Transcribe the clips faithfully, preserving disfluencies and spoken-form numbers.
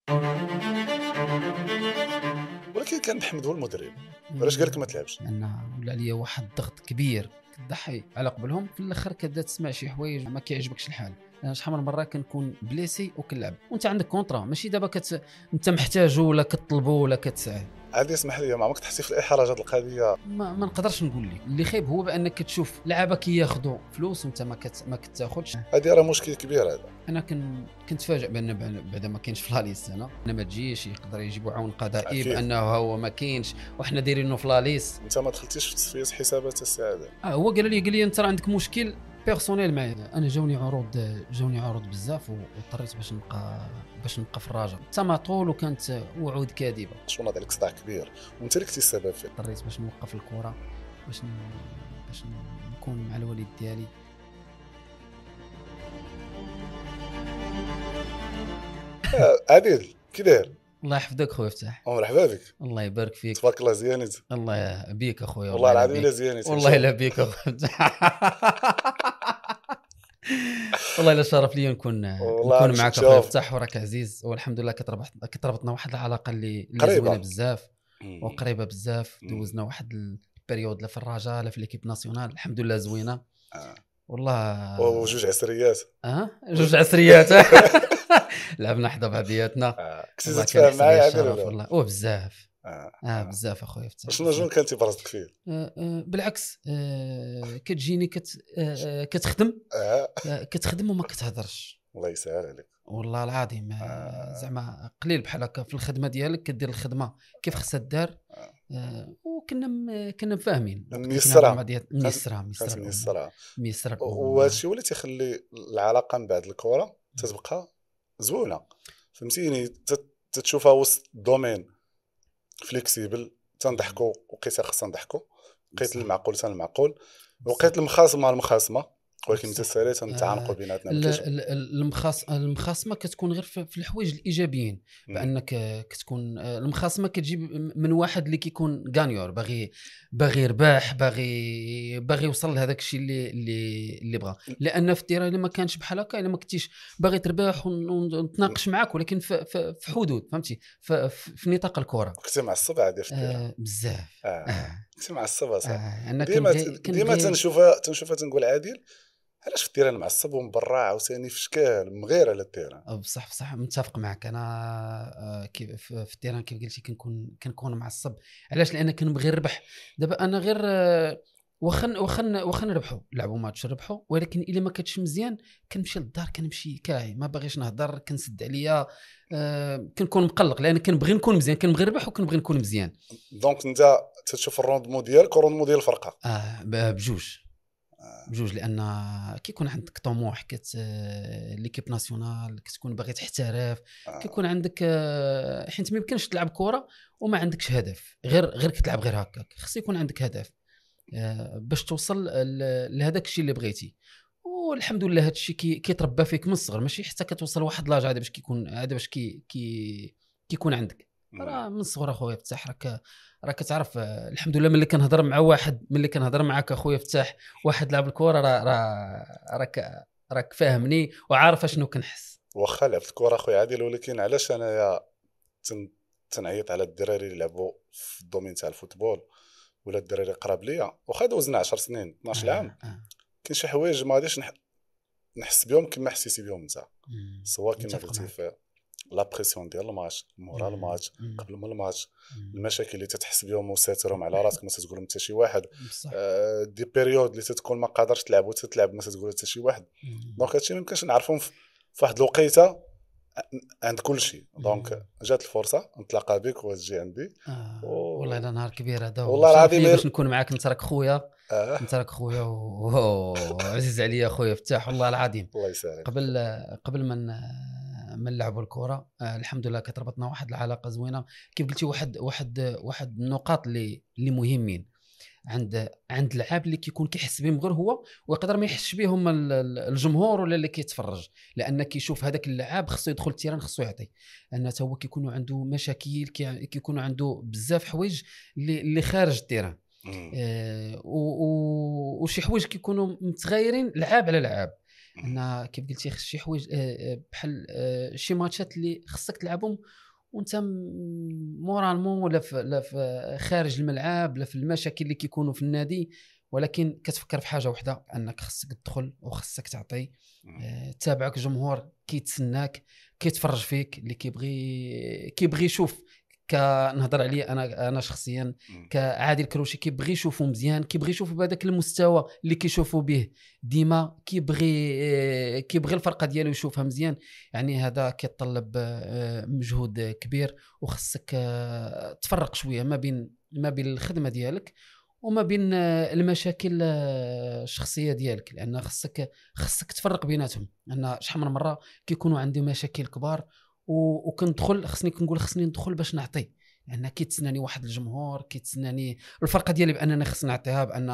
ولكن كان محمد هو المدرب، مم. علاش قال لك ما تلعبش؟ لان ولا عليا واحد الضغط كبير كتضحي على قبلهم، في الاخر كتبدا تسمع شي حوايج ما كيعجبكش الحال. انا شحال من مره كنكون بليسي وكنلعب وانت عندك كونطرا، ماشي دابا كت... انت محتاجه ولا كتطلبه ولا كتسعى. عادي اسمح لي، ما عمرك تحسي في الاحراج هذه القضيه؟ ما, ما نقدرش نقول لك اللي خايب هو بانك كتشوف لعابه كياخذوا فلوس وانت ما كت... ما كتاخذش. هذه راه مشكل كبير هذا. انا كن... كنتفاجئ بان بعدا ما كاينش في لاليس. انا انا ما تجيش يقدر يجيبوا عون قضائي أكيد. بانه هو ما كاينش وحنا دايرينه في لاليس. انت ما دخلتيش في تصفيه حسابات السعاده؟ اه هو قال لي قال لي انت راه عندك مشكل بيرسونيل معايا. انا جاوني عروض جاوني عروض بزاف واضطريت باش نبقى باش نبقى في الرجاء. تماطول وكانت وعود كاذبه. شكون هذا لك صداع كبير وانت اللي كنتي السبب فيه. اضطريت باش نوقف الكره باش ن... باش نكون مع الوالد ديالي. عادل كي داير؟ الله يحفظك خويا فتاح. مرحبا بك. الله يبارك فيك. تبارك الله زيانت. الله بيك اخويا. والله العظيم الا زيانت. والله الا بيك اخويا والله الا شرف لي نكون نكون معك اخويا فتاح، وراك عزيز والحمد لله. كتربط كتربطنا واحد العلاقه اللي اللي زوينه بزاف وقريبه بزاف. دوزنا واحد البريود لا في الرجاء لا في ليكيب ناسيونال، الحمد لله زوينه. آه. والله وجوج عسريات. اه جوج عسريات لعبنا حدا بعضياتنا. آه. كنتي تتفاهم معايا عادل ولا؟ والله او بزاف. اه, آه بزاف اخويا فتاح. شنو شنو كانتي براسك فيه؟ آه آه بالعكس، آه كتجيني كت آه كتخدم آه. آه كتخدم وما كتهضرش. الله يسهل عليك والله العظيم. آه زعما قليل بحال هكا في الخدمه ديالك كدير الخدمه كيف خصها دار. آه وكنا كنا فاهمين ميسره ميسره ميسره ميسره ميسره. وهذا الشيء ولا تيخلي العلاقه من بعد الكره تتبقى زوينه، فهمتيني؟ تتشوفها وسط الدومين فليكسيبل، تنضحكوا وقيت خصنا نضحكوا، وقيت المعقول تن المعقول، وقيت المخاصمه المخاصمه، ولكن انت سالي تنتعانقوا بيناتنا. المخاص المخاصمه كتكون غير في الحوايج الايجابيين، بانك كتكون المخاصمه كتجيب من واحد اللي كيكون غانيور، باغي باغي يربح، باغي باغي يوصل لهذاك الشيء اللي اللي اللي بغا. لان في التيران ما كانش بحال هكا، الا ما كنتيش باغي تربح ونتناقش معاك، ولكن في, في, في حدود، فهمتي؟ في, في نطاق الكره. كنتي معصب عادي في التيران؟ آه بزاف. آه. آه. كنتي معصب صح. آه. ديما ديما تنشوفها تنشوفها تنقول عادل علاش في التيران معصب ومن برا عاوتاني في شكال مغير على التيران؟ بصح بصح متفق معك. انا كيف في التيران كيف قلتي كنكون كنكون معصب. علاش؟ لان كنبغي نربح. دابا انا غير وخن وخن وخن نربحوا، لعبوا ماتش ربحوا، ولكن الا ما كانتش مزيان كنمشي للدار كنمشي كاعي، ما باغيش نهضر، كنسد عليا. أه كنكون مقلق لان كنبغي نكون مزيان، كنبغي نربح وكنبغي نكون مزيان. دونك انت تشوف الروندمون ديالك وروندمون ديال الفرقه؟ اه بجوج بجوج، لان كيكون عندك طموح كت ليكيب ناسيونال، كتكون باغي تحترف. آه. كيكون عندك حيت ما يمكنش تلعب كره وما عندكش هدف، غير غير كتلعب غير هكاك. خص يكون عندك هدف باش توصل لهذاك الشيء اللي بغيتي. والحمد لله هذا الشيء كي كيتربى فيك من الصغر، ماشي حتى كتوصل لواحد لاج عاد باش كيكون عاد باش كي كي كيكون عندك. راه من الصغر اخويا فتاح راك راه كتعرف. الحمد لله ملي كنهضر مع واحد، ملي كنهضر معاك اخويا فتاح واحد لاعب الكره، راه راه راك راك فاهمني وعارف اشنو كنحس. واخا لعبت الكره اخويا عادل، ولكن علاش انايا تن... تنعيط على الدراري اللي لعبوا في الدومين تاع الفوتبول ولا الدراري قراب ليا، واخا دوزنا عشر سنين اثناش آه. عام آه. كاين شي حوايج ما غاديش نح... نحس بهم كما حسيتي بهم انت، سواء كما قلتي في لا بريسيون ديال الماتش، مورال الماتش، قبل من الماتش، المشاكل اللي تتحس بهم وساترهم على راسك ما تقولهم حتى شي واحد. آه دي بيريود اللي تتكون ما قادرش تلعب وتتلعب ما تقول حتى شي واحد. دونك هادشي ما يمكنش نعرفهم في واحد الوقيته عند كل شيء. دونك جات الفرصه نتلاقى بك وتجي عندي. آه. و... والله الا نهار كبير هذا والله العظيم باش نكون معاك. انت راك خويا. آه. انت راك خويا وعزيز عليا خويا فتاح والله العظيم. الله يسهل. قبل قبل من من لعبوا الكره آه الحمد لله كتربطنا واحد العلاقه زوينه. كيف قلتي واحد واحد واحد النقاط اللي اللي مهمين عند عند اللاعب اللي كيكون كيحس بهم غير هو، ويقدر ما يحسش بهم الجمهور ولا اللي كيتفرج، لان كيشوف هذاك اللاعب خصو يدخل التيران خصو يعطي، لان هو كيكونوا عنده مشاكل، كيكونوا عنده بزاف حوايج اللي اللي خارج التيران. آه وشي حوايج كيكونوا متغيرين لعاب على لعاب. ان كيف قلتي خص شي حوايج بحال شي ماتشات اللي خصك تلعبهم وانت مورالمون ولا في لا في خارج الملعب لا في المشاكل اللي كيكونوا في النادي، ولكن كتفكر في حاجه واحده انك خصك تدخل وخصك تعطي. أه تابعك جمهور كيتسناك كيتفرج فيك اللي كيبغي كيبغي يشوف. كنهضر عليه انا انا شخصيا كعادل كروشي كيبغي يشوفو مزيان، كيبغي يشوفو بهذاك المستوى اللي كيشوفوا به ديما، كيبغي كيبغي الفرقه ديالو يشوفها مزيان. يعني هذا كيتطلب مجهود كبير، وخصك تفرق شويه ما بين ما بين الخدمه ديالك وما بين المشاكل الشخصيه ديالك، لان خصك خصك تفرق بيناتهم. انا شحال من مره كيكونوا عندي مشاكل كبار وكندخل خصني كنقول خصني ندخل باش نعطي، لان يعني كيتسناني واحد الجمهور، كيتسناني الفرقه ديالي بانني خصني نعطيها، بان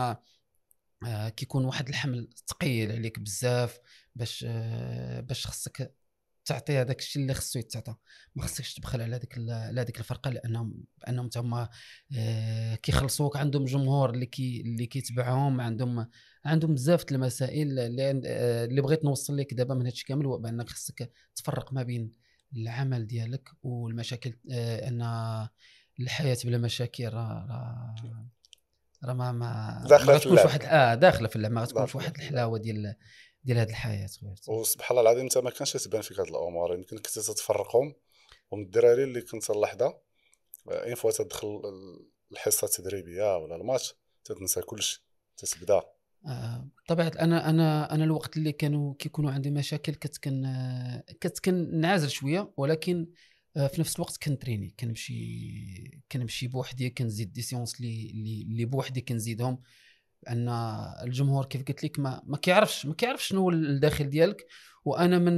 آه كيكون واحد الحمل ثقيل عليك بزاف باش آه باش خصك تعطي هذاك الشيء اللي خصو يتعطى. ما خصكش تبخل على هذيك على هذيك الفرقه، لانهم بانهم تما آه كيخلصوك، عندهم جمهور اللي كي اللي كيتبعهم، عندهم عندهم بزاف المسائل اللي, آه اللي بغيت نوصل لك دابا من هذا الشيء كامل، هو بانك خصك تفرق ما بين العمل ديالك والمشاكل. آه ان الحياه بلا مشاكل راه راه ما ما داخله في اللعب. واحد اه داخله في اللعب، ما غتكونش واحد الحلاوه ديال ديال هذه الحياه. وسبحان الله العظيم انت ما كانش تبان فيك هذه الامور، يمكن كنت تتفرقهم. ومن الدراري اللي كنت اللحظه اين فوا تدخل الحصه التدريبيه ولا الماتش تتنسى كلشي، تتبدا آه طبعا. انا انا انا الوقت اللي كانوا كيكونوا عندي مشاكل كنت كن كنت كنعازل شويه، ولكن آه في نفس الوقت كنتريني، كنمشي كنمشي بوحدي، كنزيد دي سيونس اللي اللي بوحدي كنزيدهم، ان الجمهور كيف قلت لك ما ما كيعرفش ما كيعرفش شنو الداخل ديالك. وانا من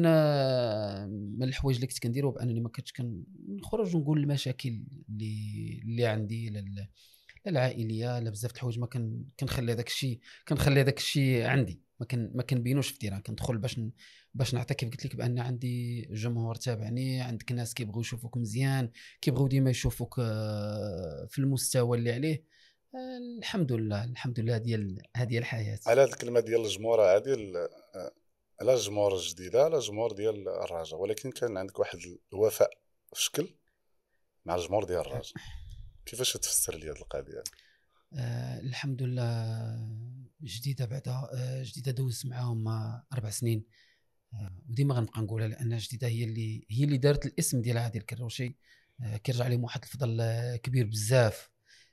من الحوايج اللي كنت كنديرو بانني ما كنتش كنخرج ونقول المشاكل اللي اللي عندي لل العائليه، لا بزاف د الحوايج ما كان كنخلي داك الشيء كنخلي داك الشيء عندي، ما كان ما كنبينوش في التيران. كندخل باش ن... باش نعطي كيف قلت لك بان عندي جمهور تابعني، عندك ناس كيبغيو يشوفوك مزيان، كيبغيو ديما يشوفوك في المستوى اللي عليه. الحمد لله الحمد لله ديال هذه الحياه. على هذه الكلمه ديال الجمهور عادل، على الجمهور الجديد على الجمهور ديال الرجاء، ولكن كان عندك واحد الوفاء في شكل مع الجمهور ديال الرجاء، كيفاش تفسر لي هذه القضيه؟ آه الحمد لله جديده بعدا آه جديده دوز معاهم اربع سنين، آه وديما غنبقى نقولها لان جديده هي اللي هي اللي دارت الاسم ديال عادل كروشي. آه كيرجع لهم واحد الفضل آه كبير بزاف.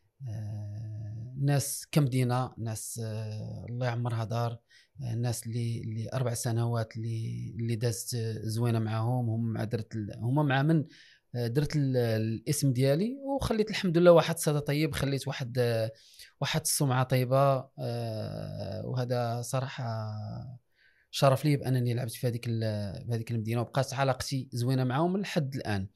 آه ناس كمدينه، ناس آه الله يعمرها دار، آه ناس اللي اللي اربع سنوات اللي اللي دازت زوينه معاهم، هم مع درت هما مع من درت الاسم ديالي وخليت الحمد لله واحد الصدى طيب، خليت واحد واحد السمعه طيبه. وهذا صراحه شرف لي بانني لعبت في هذيك في هذيك المدينه، وبقات علاقتي زوينه معاهم لحد الان.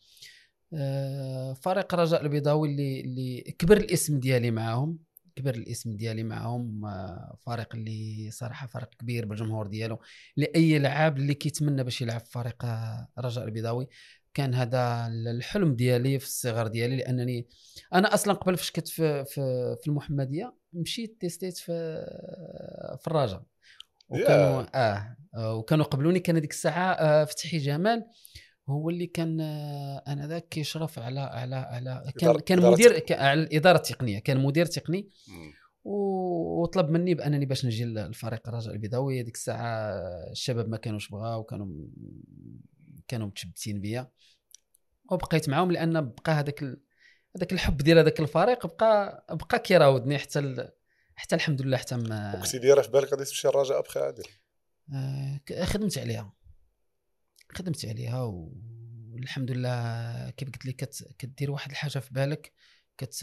فريق رجاء البيضاوي اللي اللي كبر الاسم ديالي معاهم كبر الاسم ديالي معاهم فريق اللي صراحه فريق كبير بالجمهور ديالو، لاي لاعب اللي كيتمنى باش يلعب في فريق رجاء البيضاوي. كان هذا الحلم ديالي في الصغر ديالي، لانني انا اصلا قبل فاش كنت في في, في المحمديه مشيت تيستيت في في الرجاء، وكانوا yeah. اه وكانوا قبلوني. كان هذيك الساعه آه فتحي جمال هو اللي كان آه انا ذاك كيشرف على على على كان كان مدير على الاداره التقنيه، كان مدير تقني وطلب مني بانني باش نجي للفريق الرجاء البيضاوي. هذيك الساعه الشباب ما كانوش بغاو، وكانوا كانوا متشبتين بيا، وبقيت معاهم لان بقى هذاك ال... هذاك الحب ديال هذاك الفريق بقى بقى كيراودني حتى ال... حتى الحمد لله حتى ما وكنتي دايره في بالك غادي تمشي الرجاء بخي عادل؟ آه خدمت عليها خدمت عليها والحمد لله. كيف قلت لك كت... كدير واحد الحاجه في بالك كت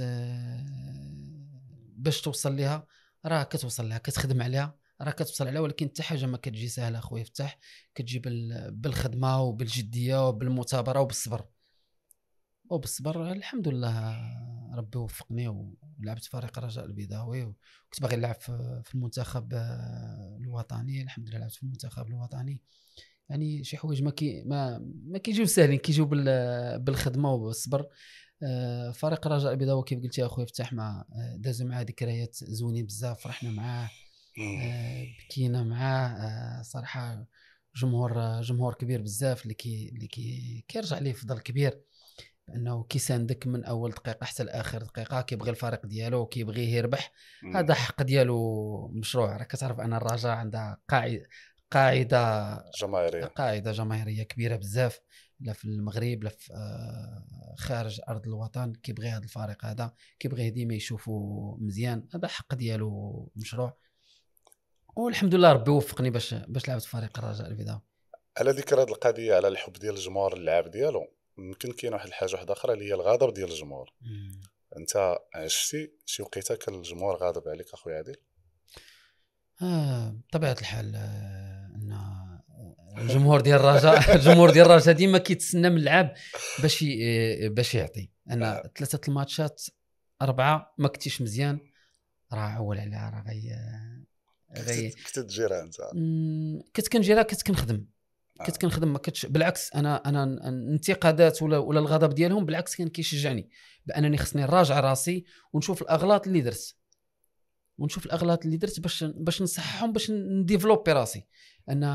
باش توصل لها راه كتوصل لها، كتخدم عليها راه كتوصل عليها، ولكن حتى حاجه ما كتجي سهله اخويا فتح، كتجي بالخدمه وبالجديه وبالمثابره وبالصبر وبالصبر. الحمد لله ربي وفقني ولعبت فريق رجاء البيضاوي، وكنت باغي نلعب في المنتخب الوطني. الحمد لله لعبت في المنتخب الوطني. يعني شي حوايج ما كي ما ما كيجيو ساهلين، كيجيو بالخدمه وبالصبر. فريق رجاء البيضاوي كيف قلت يا اخويا فتح مع دازو معاه ذكريات زوينين بزاف، فرحنا معاه بكينا معاه صراحه، جمهور جمهور كبير بزاف اللي كي اللي كي كيرجع ليه فضل كبير، انه كيساندك من اول دقيقه حتى لاخر دقيقه، كيبغي الفريق ديالو وكيبغيه يربح. مم. هذا حق ديالو مشروع. راك كتعرف ان الرجاء عندها قاعده قاعده جماهيريه قاعده جماهيريه كبيره بزاف، لا في المغرب لا في آه، خارج ارض الوطن. كيبغي هذا الفريق هذا، كيبغيه ديما يشوفوا مزيان. هذا حق ديالو مشروع، والحمد لله ربي وفقني باش باش لعبت في فريق الرجاء البيضاوي. على ذكر هذه القضيه على الحب ديال الجمهور اللعاب ديالو، يمكن كاين واحد الحاجه واحده اخرى اللي هي الغضب ديال الجمهور. مم. انت عشتي شي وقيته كان الجمهور غاضب عليك اخويا عادل؟ آه بطبيعة الحال آه ان الجمهور ديال الرجاء الجمهور ديال الرجاء ديما كيتسنى من اللعاب باش ي- باش يعطي. انا ثلاثه الماتشات اربعه ما كنتيش مزيان، راه عول عليها، راه غي غي كنت كنت تجيرها انت؟ مم، كنت كنجي راه كنت كنخدم كنت آه. كنخدم ما كنتش بالعكس. انا انا الانتقادات ولا ولا الغضب ديالهم بالعكس كان كيشجعني بانني خصني نراجع راسي ونشوف الاغلاط اللي درت ونشوف الاغلاط اللي درت باش باش نصححهم، باش نديفلوبي راسي. انا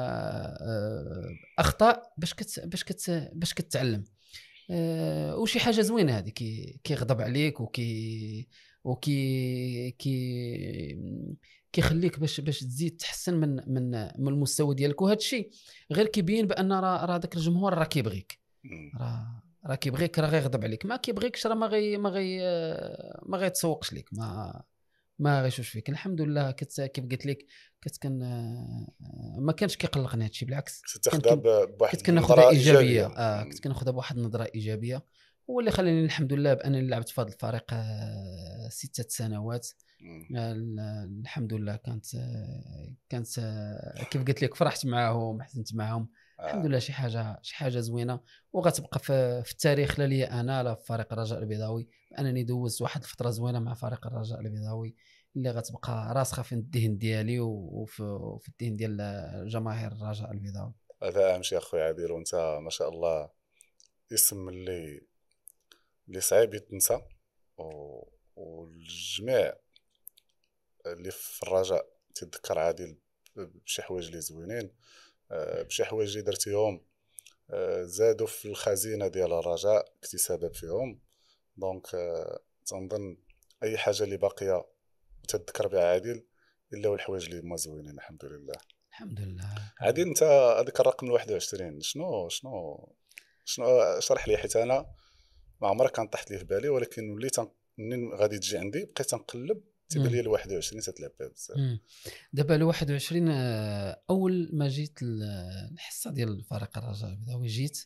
آه، اخطاء باش كت باش كت باش كتعلم. أه وشي حاجه زوينه هذه كي كيغضب عليك وكي وكي كي كيخليك باش باش تزيد تحسن من من من المستوى ديالك. وهذا الشيء غير كيبين بان راه راه داك الجمهور راه كيبغيك، مم. راه راه كيبغيك، راه غيغضب عليك. ما كيبغيكش راه ما غي ما غي ما غيتسوقش لك، ما ما غيشوفش فيك. الحمد لله كنت كيف قلت لك كنت كان ما كانش كيقلقني هادشي، بالعكس كنت تاخذها بواحد كنت كناخذها النظره ايجابيه. ايجابيه. آه كنت كناخذها بواحد النظره ايجابيه، هو اللي خلاني الحمد لله بانني لعبت في هذا الفريق آه ستة سنوات. مم. آه الحمد لله كانت آه كانت آه كيف قلت لك فرحت معاهم، حزنت معاهم. آه. الحمد لله شي حاجه شي حاجه زوينه، وغتبقى في, في التاريخ لا لي انا لا في فريق الرجاء البيضاوي انني دوزت واحد الفتره زوينه مع فريق الرجاء البيضاوي اللي غتبقى راسخه في الذهن ديالي وفي, وفي الذهن ديال جماهير الرجاء البيضاوي. هذا اهم شيء اخويا عادل. وانت ما شاء الله اسم اللي اللي صعيب يتنسى، و... والجميع اللي في الرجاء تذكر عادل بشي حوايج اللي زوينين، آه، بشي حوايج اللي درتيهم آه، زادوا في الخزينه ديال الرجاء، كنتي سبب فيهم. دونك آه، تنظن اي حاجه اللي باقيه تذكر بها عادل الا والحوايج اللي هما زوينين الحمد لله. الحمد لله. عادل انت هذاك الرقم واحد وعشرين شنو شنو شنو اشرح لي، حيت انا ما عمرك كان طاحت لي في بالي، ولكن وليت منين غادي تجي عندي بقيت تنقلب تيبان لي ال واحد وعشرين تتلعب بها بزاف. دابا ال واحد وعشرين اول ما جيت الحصه ديال فريق الرجاء البيضاوي جيت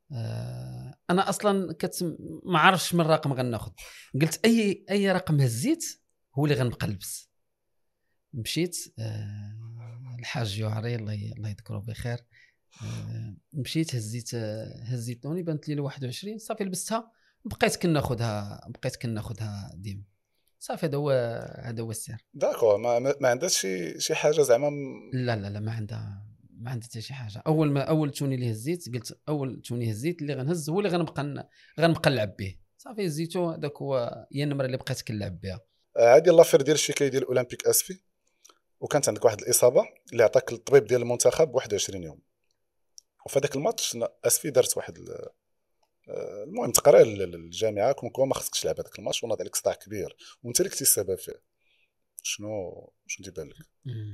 انا اصلا كنت ما عرفتش من رقم غناخذ، قلت اي اي رقم هزيت هو اللي غنبقى نلبس. مشيت الحاج جوهري الله الله يذكره بخير، مشيت هزيت هزيت لوني بانت لي ل واحد وعشرين صافي لبستها، بقيت كناخذها بقيت كناخذها ديما صافي. هذا هو هذا هو السر. داكور. ما ما عندهاش شي شي حاجه زعما م... لا لا لا ما عندها ما عندها حتى شي حاجه. اول ما اول توني اللي هزيت قلت اول توني هزيت اللي غنهز هو اللي غنبقى غنبقى نلعب به صافي. هزيتو هذاك هو هي النمره اللي بقيت كنلعب بها. عادي لافير ديال الشكايه ديال الاولمبيك اسفي، وكانت عندك واحد الاصابه اللي عطاك الطبيب ديال المنتخب واحد وعشرين يوم، وفي هذاك الماتش اسفي دارت واحد المهم تقرير للجامعه كون كون ما خصكش تلعب هذاك الماتش وناض عليك صداع كبير وانت اللي كنتي السبب فيه. شنو شنو تيبان لك؟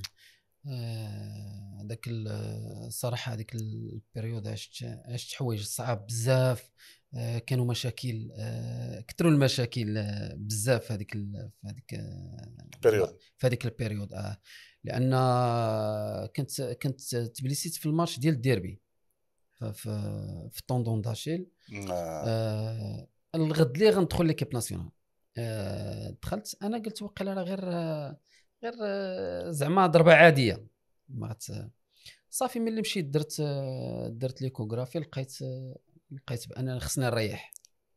هذاك الصراحه هذيك البيريود عشت عشت حوايج صعاب بزاف. كانوا مشاكل كثروا المشاكل بزاف هذيك في هذيك البيريود في هذيك البيريود اه لان كنت كنت تبليسيت في الماتش ديال الديربي في في طوندون داشيل. آه الغد لي غندخل ليكيب ناسيونال. آه دخلت انا قلت وقيلا راه غير غير زعما ضربه عاديه ما صافي. ملي مشيت درت درت ليكوغرافي لقيت لقيت بان خصني نريح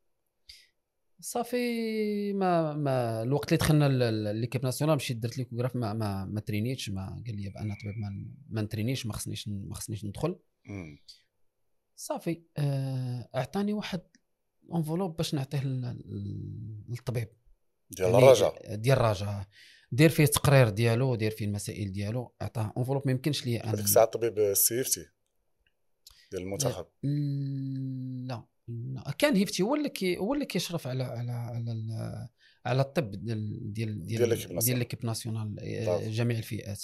صافي. ما ما الوقت اللي دخلنا ليكيب ناسيونال مشيت درت ليكوغراف ما ما, ما ترينيتش. ما قال لي بان طبيب ما, ما نترينيش ما خصنيش ما خصنيش ندخل صافي. اعطاني واحد انفولوب باش نعطيه للطبيب ديال الرجاء ديال الرجاء. دير فيه التقرير ديالو، دير فيه المسائل ديالو، عطاه انفلوب. ما يمكنش لي هذيك الساعه الطبيب السيفتي ديال المنتخب. لا لا كان هيفتي هو اللي كي هو اللي كيشرف على على على على الطب ديال ديال ديال ديال ليكيب ناسيونال جميع الفئات.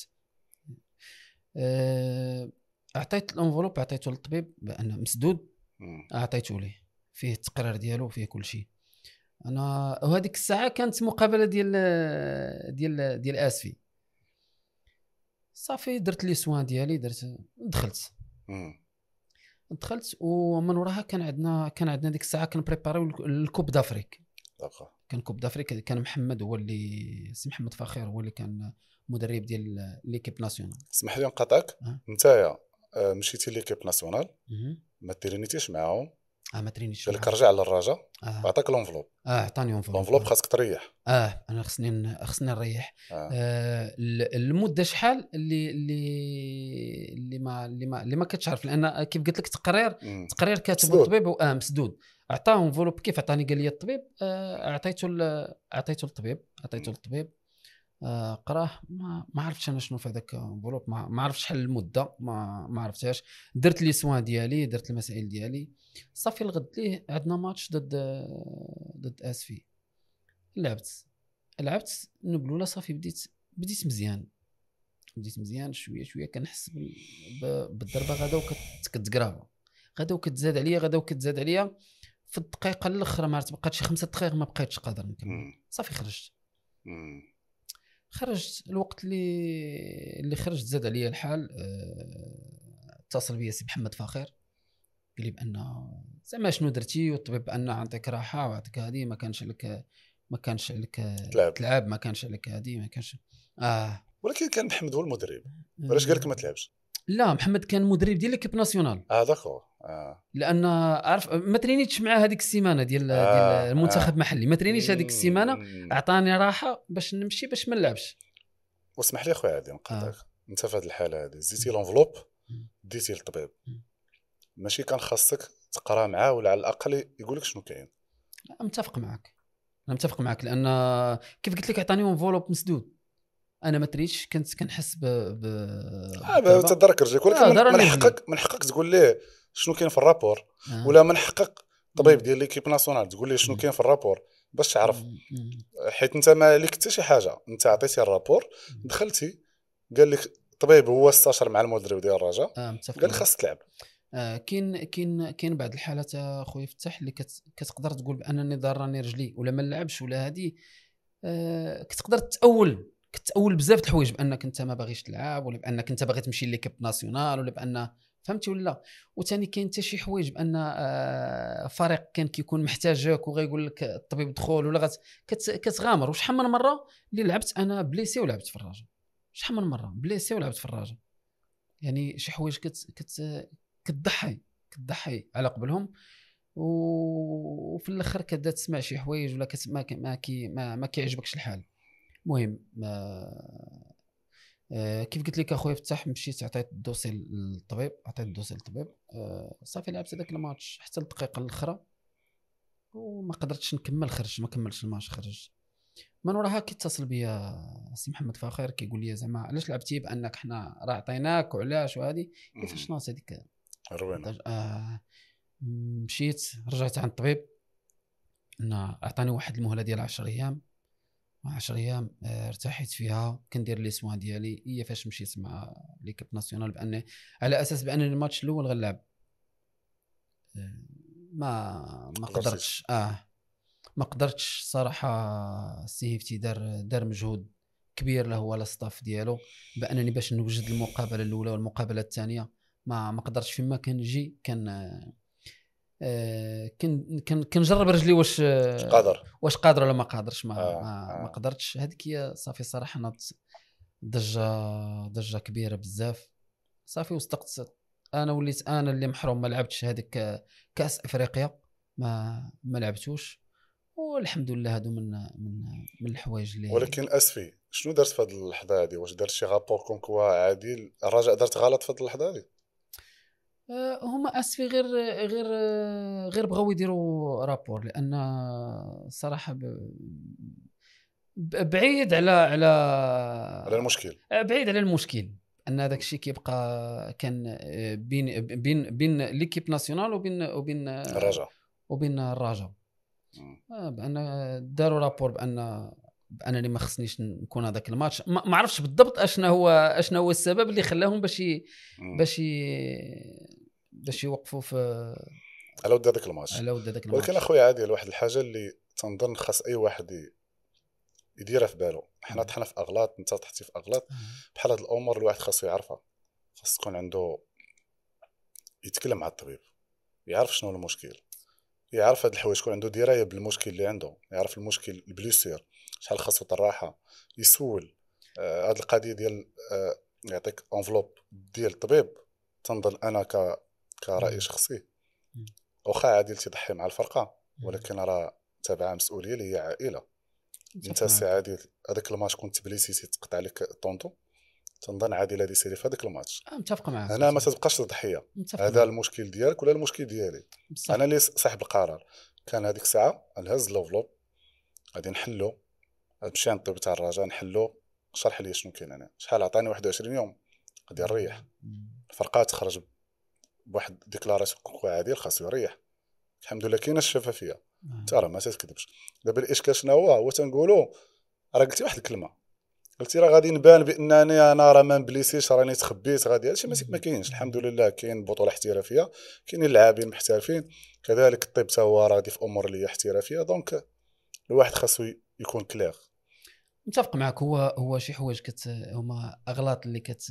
اعطيت الانفلوب، عطيته للطبيب بان مسدود، اعطيته ليه فيه التقرير ديالو فيه كل شيء. انا وهذيك الساعه كانت مقابله ديال ديال ديال اسفي صافي. درت لي سوان ديالي، درت دخلت دخلت ومن وراها كان عندنا كان عندنا ديك الساعه كنبريباريو الكوب دافريك. كان كوب دافريك، كان محمد هو اللي سي محمد فخير هو اللي كان مدرب ديال ليكيب ناسيونال. اسمح لي نقاطعك، نتايا مشيتي ليكيب ناسيونال ما ترينيتيش معاهم؟ اه ما ترينيتش قال لك رجع للرجاء آه. عطاك لونفلوب. اه عطاني لونفلوب. لونفلوب خاصك تريح. اه انا خصني خصني نريح. آه. آه المده شحال اللي اللي اللي ما اللي ما اللي ما كتعرف، لان كيف قلت لك تقرير تقرير كاتب الطبيب واه مسدود. عطاه لونفلوب كيف عطاني قال لي الطبيب، آه اعطيته اعطيته للطبيب اعطيته للطبيب آه قراه. ما ما عرفتش انا شنو في هذاك الانفلوب، ما, ما عرفتش شحال المده، ما ما عرفتهاش. درت لي سوان ديالي، درت المسائل ديالي صافي. الغد ليه عندنا ماتش ضد ضد اسفي. لعبت لعبت نبلوله صافي. بديت بديت مزيان بديت مزيان شويه شويه كنحس بالضربه غدا وكتقرا غدا وكتزاد عليا غدا وكتزاد عليا. في الدقيقه الاخرى ما بقاتش خمسة دقائق ما بقيتش قادر نكمل صافي. خرجت خرجت الوقت اللي اللي خرجت زاد عليا الحال. اتصل بيا سي محمد فخير قال لي بان زعما شنو درتي، والطبيب بان عطيك راحه وعطيك هذه، ما كانش لك ما كانش لك تلعب, تلعب ما كانش لك هذه ما كانش. اه ولكن كان محمد هو المدرب، علاش قال لك ما تلعبش؟ لا محمد كان مدرب ديال ليكيب ناسيونال. اه داكور. اه لان عارف ما ترينيتش مع هذيك السيمانه ديال آه ديال المنتخب المحلي. آه ما ترينيش هذيك السيمانه، اعطاني راحه باش نمشي باش ما نلعبش. واسمح لي اخويا عادي نقاطعك. آه. انت في هذه الحاله هذه زيتي لونفلوب ديتي للطبيب، ماشي كان خاصك تقرا معاه ولا على الاقل يقول لك شنو كاين؟ متفق معك انا متفق معك لان كيف قلت لك عطاني انفولوب مسدود. انا ما تريتش كنت كنحس ب ب اه تدرك رجلك، ولكن آه من حقك من حقك تقول ليه شنو كاين في الرابور. آه. ولا من حقك طبيب ديال ليكيب ناسيونال تقول ليه شنو كاين في الرابور باش تعرف. حيت انت ما لك حتى شي حاجه، انت عطيتي الرابور دخلتي قال لك الطبيب هو استشار مع المدرب ديال الرجاء آه قال خاصك تلعب. آه كاين كاين كاين بعض الحالات اخويا فتح اللي كت كتقدر تقول بانني ضرني رجلي ولا ما نلعبش ولا هذه. آه كتقدر تاول كتاول بزاف د الحوايج بانك انت ما باغيش تلعب ولا بانك انت باغي تمشي ليكيب ناسيونال ولا بان فهمتي ولا. وثاني كاين حتى شي حوايج بان آه فريق كان كيكون محتاجك وغيقول لك الطبيب دخول ولا غت كت كتغامر. وشحال من مره اللي لعبت انا بليسي ولعبت في الرجاء، شحال من مره بليسي ولعبت في الرجاء. يعني شي حوايج كت كت كتضحي كتضحي على قبلهم وفي الاخر كتبدا تسمع شي حوايج ولا كتسمع ما كي ما, ما كيعجبكش الحال. المهم آه كيف قلت لك اخويا فتح مشيت عطيت الدوسي للطبيب عطيت الدوسي للطبيب آه صافي لعبت هذاك الماتش حتى الدقيقه الاخرى وما قدرتش نكمل. خرج ما كملتش الماتش خرج. من وراها كيتصل بيا سي محمد فخير كيقول لي زعما علاش لعبتي بانك حنا راه عطيناك وعلاش وهذه كيفاش ناص هذيك آه مشيت رجعت عند الطبيب انا اعطاني واحد المهله ديال عشرة ايام عشرة ايام آه ارتحيت فيها كندير لي سوان ديالي. هي فاش مشيت مع ليكيب ناسيونال بان على اساس بان الماتش الاول غنلعب آه ما ما قدرتش اه ما قدرتش صراحه. سيفتي دار دار مجهود كبير له هو الستاف ديالو بانني باش نوجد المقابله الاولى والمقابله الثانيه ما ما قدرتش. فيما كنجي كان آه كن كن كنجرب رجلي واش قادر واش قادر ولا ما قادرش. ما آه ما, آه. ما قدرتش. هذيك هي صافي صراحه نض ضجه ضجه كبيره بزاف. صافي وصدقت انا وليت انا اللي محروم ما لعبتش هذيك كاس افريقيا ما ما لعبتوش. والحمد لله هادو من من من الحوايج اللي. ولكن اسفي شنو درت في هذه اللحظه هذه؟ واش درت شي رابور كونكوا عادل الرجاء درت غلط في هذه اللحظه هذه؟ أه هما اسفي غير غير غير بغاو يديروا رابور لان صراحه ب... بعيد على على على المشكل، بعيد على المشكل ان هذاك الشيء كيبقى كان بين بين بين ليكيب ناسيونال وبين وبين الرجاء وبين الرجاء، بان داروا رابور بان بانني ما خصنيش نكون هذاك الماتش. ما عرفتش بالضبط اشنا هو اشنا هو السبب اللي خلاهم باش باش باش يوقفوا في على ود هذاك الماتش. على ود هذاك الماتش. ولكن اخويا عادي واحد الحاجه اللي تنظن خاص اي واحد يديرها في باله، حنا طحنا في اغلاط، انت طحتي في اغلاط بحال هاد الامور الواحد خاصو يعرفها، خاص تكون عنده يتكلم مع الطبيب، يعرف شنو المشكل، يعرف هاد الحوايج، يكون عنده درايه بالمشكل اللي عنده، يعرف المشكل البليسير شحال خاصو طراحه، يسول. آه هاد القضيه ديال آه يعطيك انفلوب ديال الطبيب، تنظن انا ك كراي شخصي واخا عادي تضحي مع الفرقه، ولكن راه تابعه مسؤوليه اللي هي عائله. انت سي عادي هذاك الماتش كنت بليسيتي تقطع لك طونطو، تنظن عادي لا سيري في هذاك الماتش. متفق معاك، انا ما تبقاش ضحيه، هذا المشكل ديالك ولا المشكل ديالي، انا اللي صاحب القرار. كان هذيك الساعه نهز لوفلوب غادي نحلو، نمشي عند الطبيب تاع الرجاء نحلو، شرح لي شنو كاين. انا شحال عطاني واحد وعشرين يوم غادي نريح، الفرقه تخرج بواحد ديكلاراسيون كوكو عادل خاصو يريح. الحمد لله كاينه الشفافيه، انت راه ما تكذبش. دابا الاشكال شنو هو؟ هو تنقولوا راه قلتي واحد الكلمه، قلتي راه غادي نبان بانني انا راه ما نبليسيش، راني تخبيت غادي، هادشي ما كاينش. الحمد لله كاين بطوله احترافيه، كاينين لاعبين محترفين، كذلك الطب حتى هو غادي في امور اللي هي احترافيه. دونك الواحد خاصو يكون كلير. متفق معك. هو هو شي حوايج كت هما اغلاط اللي كت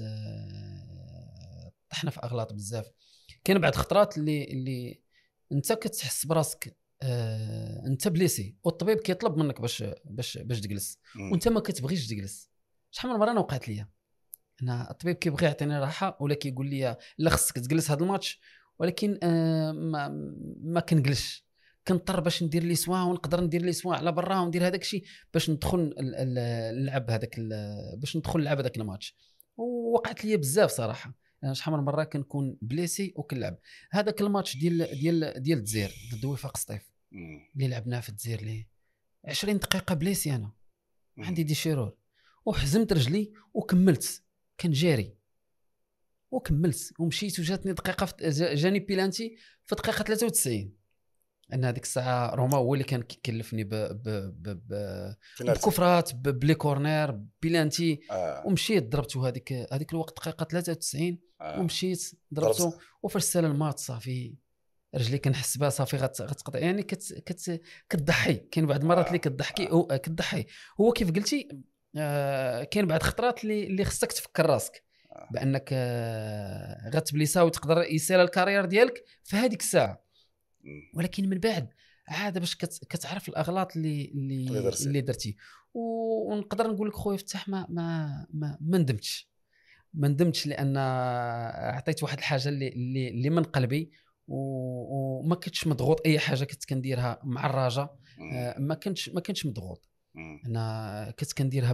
طحنا في اغلاط بزاف. كاين بعض خطرات اللي اللي انت كتحس براسك آه انت بليسي والطبيب كيطلب منك باش باش باش تجلس وانت ما كتبغيش تجلس. شحال من مره انا وقعت ليا انا الطبيب كيبغي يعطيني راحه ولا كيقول لي لا خصك تجلس هذا الماتش، ولكن آه ما ما كنجلسش، كنضطر باش ندير لي سوا ونقدر ندير لي سوا على برا وندير هذاك الشيء باش ندخل نلعب هذاك باش ندخل نلعب هذاك الماتش. ووقعت لي بزاف صراحه. انا شحال من مره كنكون بليسي وكنلعب. هذاك الماتش ديال ديال ديال الجزائر ضد وفاق سطيف اللي لعبناه في الجزائر ليه عشرين دقيقه بليسي، انا عندي دي شيرور وحزمت رجلي وكملت كنجاري وكملت ومشيت وجاتني دقيقه جاني بيلانتي في دقيقه ثلاثة وتسعين. ان هذيك الساعه روما هو اللي كان كيكلفني ب ب ب ب بكفرات بلي كورنير بيلانتي آه. ومشيت ضربته هذيك هذيك الوقت دقيقه ثلاثة وتسعين آه. ومشيت ضربته وفاش سال المات صافي رجلي كنحس بها صافي غتقطع. يعني كت كت كتضحي. كاين بعض المرات آه. اللي كتضحكي آه. كتضحي. هو كيف قلتي آه كاين بعض خطرات اللي اللي خصك تفكر راسك آه. بانك آه غتبليسا وتقدر يسال الكارير ديالك في هذيك الساعه، ولكن من بعد عاد باش كتعرف الاغلاط اللي اللي اللي درتي. ونقدر نقول لك خويا فتح ما ما ما, ما ندمتش ما ندمتش لان عطيت واحد الحاجه اللي اللي, اللي من قلبي وما كنتش مضغوط. اي حاجه كنت كنديرها مع الرجاء ما كنتش ما كنتش مضغوط. انا كنت كنديرها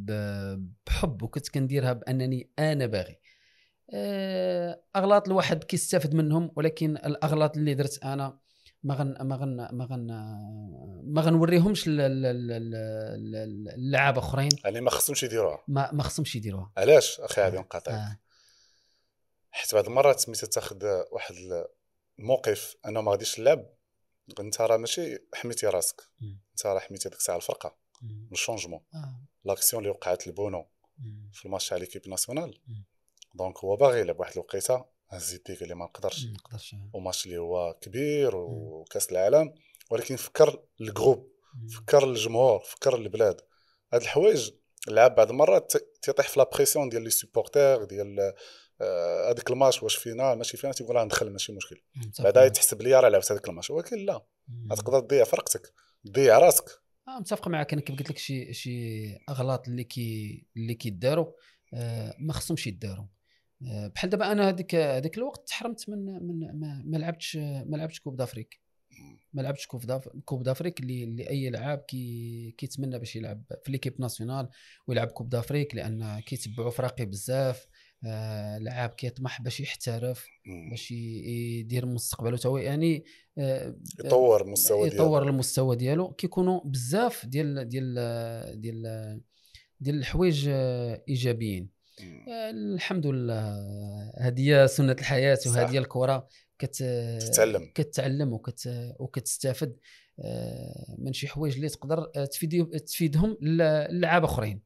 بحب وكنت كنديرها بانني انا باغي. اغلاط الواحد كيستافد منهم، ولكن الاغلاط اللي درت انا ما غن ما غن ما غن ما غنوريهمش اللعابه اخرين. يعني ما خصهمش يديروها ما ما خصهمش يديروها. علاش اخي عادي نقاطعك؟ آه. حيت بعض المرات سميت تاخذ واحد الموقف انه ما غاديش نلعب، انت راه ماشي حميتي راسك، انت راه حميتي ديك الساعه الفرقه من الشونجمون. آه. لاكسيون اللي وقعت لبونو مم. في الماتش تاع ليكيب ناسيونال، دونك هو باغي يلعب واحد الوقيته هز يديك اللي ما نقدرش وماتش اللي هو كبير وكاس العالم، ولكن فكر الجروب، فكر الجمهور، فكر البلاد. هاد الحوايج اللعاب بعض المرات تيطيح في لا بريسيون ديال لي سوبورتير ديال هذاك آه الماتش واش فينال ماشي فينال، تيقول ندخل ماشي مشكل، بعدا يتحسب ليا راه لعبت هذاك الماتش، ولكن لا غتقدر تضيع فرقتك تضيع راسك. اه متفق معك. انا كيف قلت لك شي شي اغلاط اللي كي اللي كيداروا آه ما خصهمش يداروا. بحال دابا انا هذيك هذيك الوقت تحرمت من من ما لعبتش ما لعبتش كوب دافريك ما لعبتش كوب داف كوب دافريك اللي اللي اي لاعب كي كيتمنى باش يلعب في ليكيب ناسيونال ويلعب كوب دافريك، لان كيتبعوا فراقي بزاف. آه لعاب كيطمح باش يحترف باش يدير مستقبله تو يعني آه يطور المستوى ديالو يطور المستوى ديالو كيكونوا بزاف ديال ديال ديال ديال الحوايج ايجابيين. آه الحمد لله هذه سنه الحياه وهذه الكره كت تتعلم كتعلم وكت وكتستافد آه من شي حوايج اللي تقدر تفيد تفيدهم للعاب اخرين.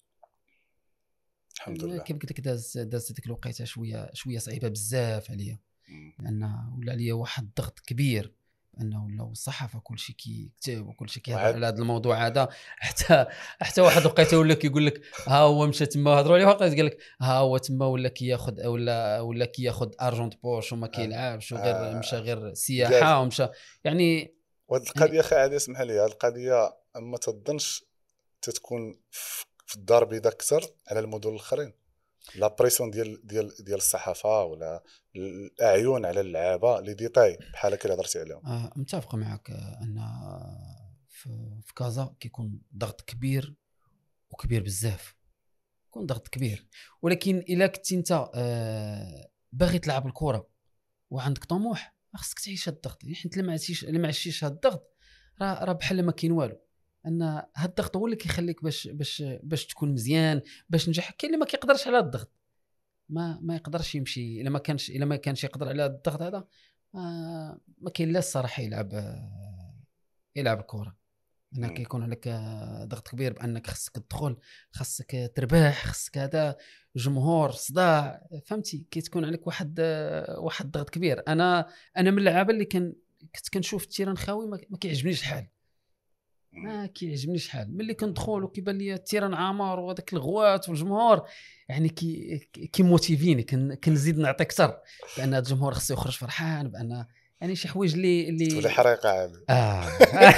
الحمد لله. كيف قلت لك داز داز ديك الوقيته شويه شويه صعيبه بزاف عليا لان ولا عليا واحد الضغط كبير انه ولاو الصحافه كلشي كيكتب وكلشي كيهضر على هذا الموضوع هذا حتى حتى واحد وقيته ولا كيقول لك ها هو مشى تما هضروا عليه وقيت قال لك ها هو تما ولا كياخذ ولا ولا كياخذ ارجونت بوش وما كيلعبش وغير مشى غير سياحه ومشى يعني. وهاد القضيه اخي عادي اسمح لي هاد القضيه اما تظنش تتكون في الدار البيضاء اكثر على المدن الاخرين لا بريسيون ديال ديال ديال الصحافه ولا الاعين على اللعابه لي ديتاي بحال هكا اللي هضرتي عليهم. آه متفق معك ان في, في كازا كيكون ضغط كبير وكبير بزاف يكون ضغط كبير ولكن الا كنت انت آه باغي تلعب الكره وعندك طموح خاصك تعيش هذا الضغط حيت الا ما عشتيش الا ما عشتيش هذا الضغط راه راه بحال ما كاين والو. ان هذا الضغط هو اللي كيخليك باش باش باش تكون مزيان باش تنجح. كاين اللي ما كيقدرش على هذا الضغط ما ما يقدرش يمشي الا ما كانش الا ما كانش يقدر على هذا الضغط هذا آه ما كاين لا الصراحه يلعب آه يلعب الكره. انك كيكون عليك آه ضغط كبير بانك خصك تدخل خصك تربح خصك هذا جمهور صداع فهمتي كيتكون عليك واحد آه واحد الضغط كبير. انا انا من اللعابه اللي كان كنت كنشوف التيران خاوي ما كيعجبنيش الحال ما كيعجبنيش الحال ملي كندخل وكيبان لي التيران عامر وهذاك الغوات والجمهور يعني كي كي موتيفيني كنزيد نعطي اكثر بان هذا الجمهور خصو يخرج فرحان بان يعني شي حوايج اللي اللي تولي حريقه عامل اه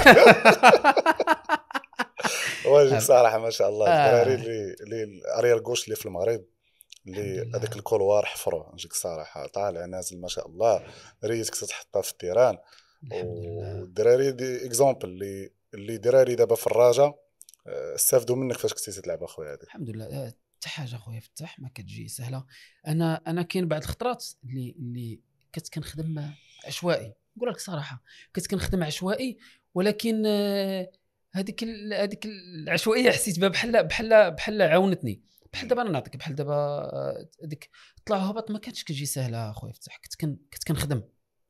واجد صراحه ما شاء الله الدراري اللي اللي اريال غوش اللي في المغرب اللي هذاك الكولوار حفروه نجيك صراحه طالع نازل ما شاء الله ريتك تتحطها في التيران والدراري دي اكزامبل اللي اللي دراري دابا في الراجا استافدوا منك فاش كنتي تلعب اخويا هذيك. الحمد لله حتى حاجه اخويا فتح ما كتجي سهله. انا انا كاين بعض الخطرات اللي اللي كنت كنخدم عشوائي نقول لك صراحه كنت كنخدم عشوائي ولكن هذيك هذيك العشوائيه حسيت بها بحال بحال بحال عاونتني بحال دابا انا نعطيك بحال دابا هذيك طلع هبط ما كانتش كتجي سهله اخويا فتح. كنت كن كنت كنخدم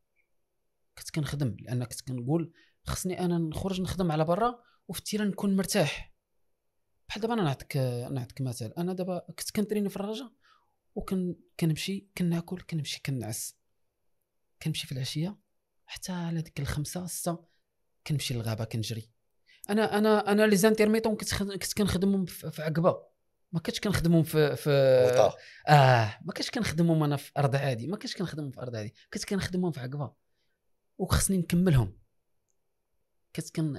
كنت كنخدم لان كنت كنقول خصني انا نخرج نخدم على برا وفي التيران نكون مرتاح. بحال دابا انا نعطيك نعطيك مثال انا دابا كنت كنتريني في الرجاء وكن كنمشي كناكل كنمشي كنعس كنمشي في العشيه حتى على ديك الخمسة ستة كنمشي للغابه كنجري. انا انا انا لي زانتيرميتون كنت كنت كنخدمهم في عقبه ما كنتش كنخدمهم في في اه ما كنتش كنخدمهم انا في ارض عادي ما كنتش كنخدمهم في ارض عادي كنت كنخدمهم في عقبه وخصني نكملهم. كنت كان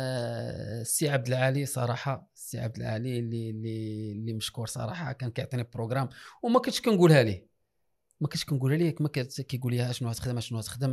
آه السي عبد العالي صراحه السي عبد العالي اللي اللي اللي مشكور صراحه كان كيعطيني بروغرام وما كنتش كنقولها ليه ما كنتش كنقولها ليه ما كنت كيقول لي شنو تخدم شنو تخدم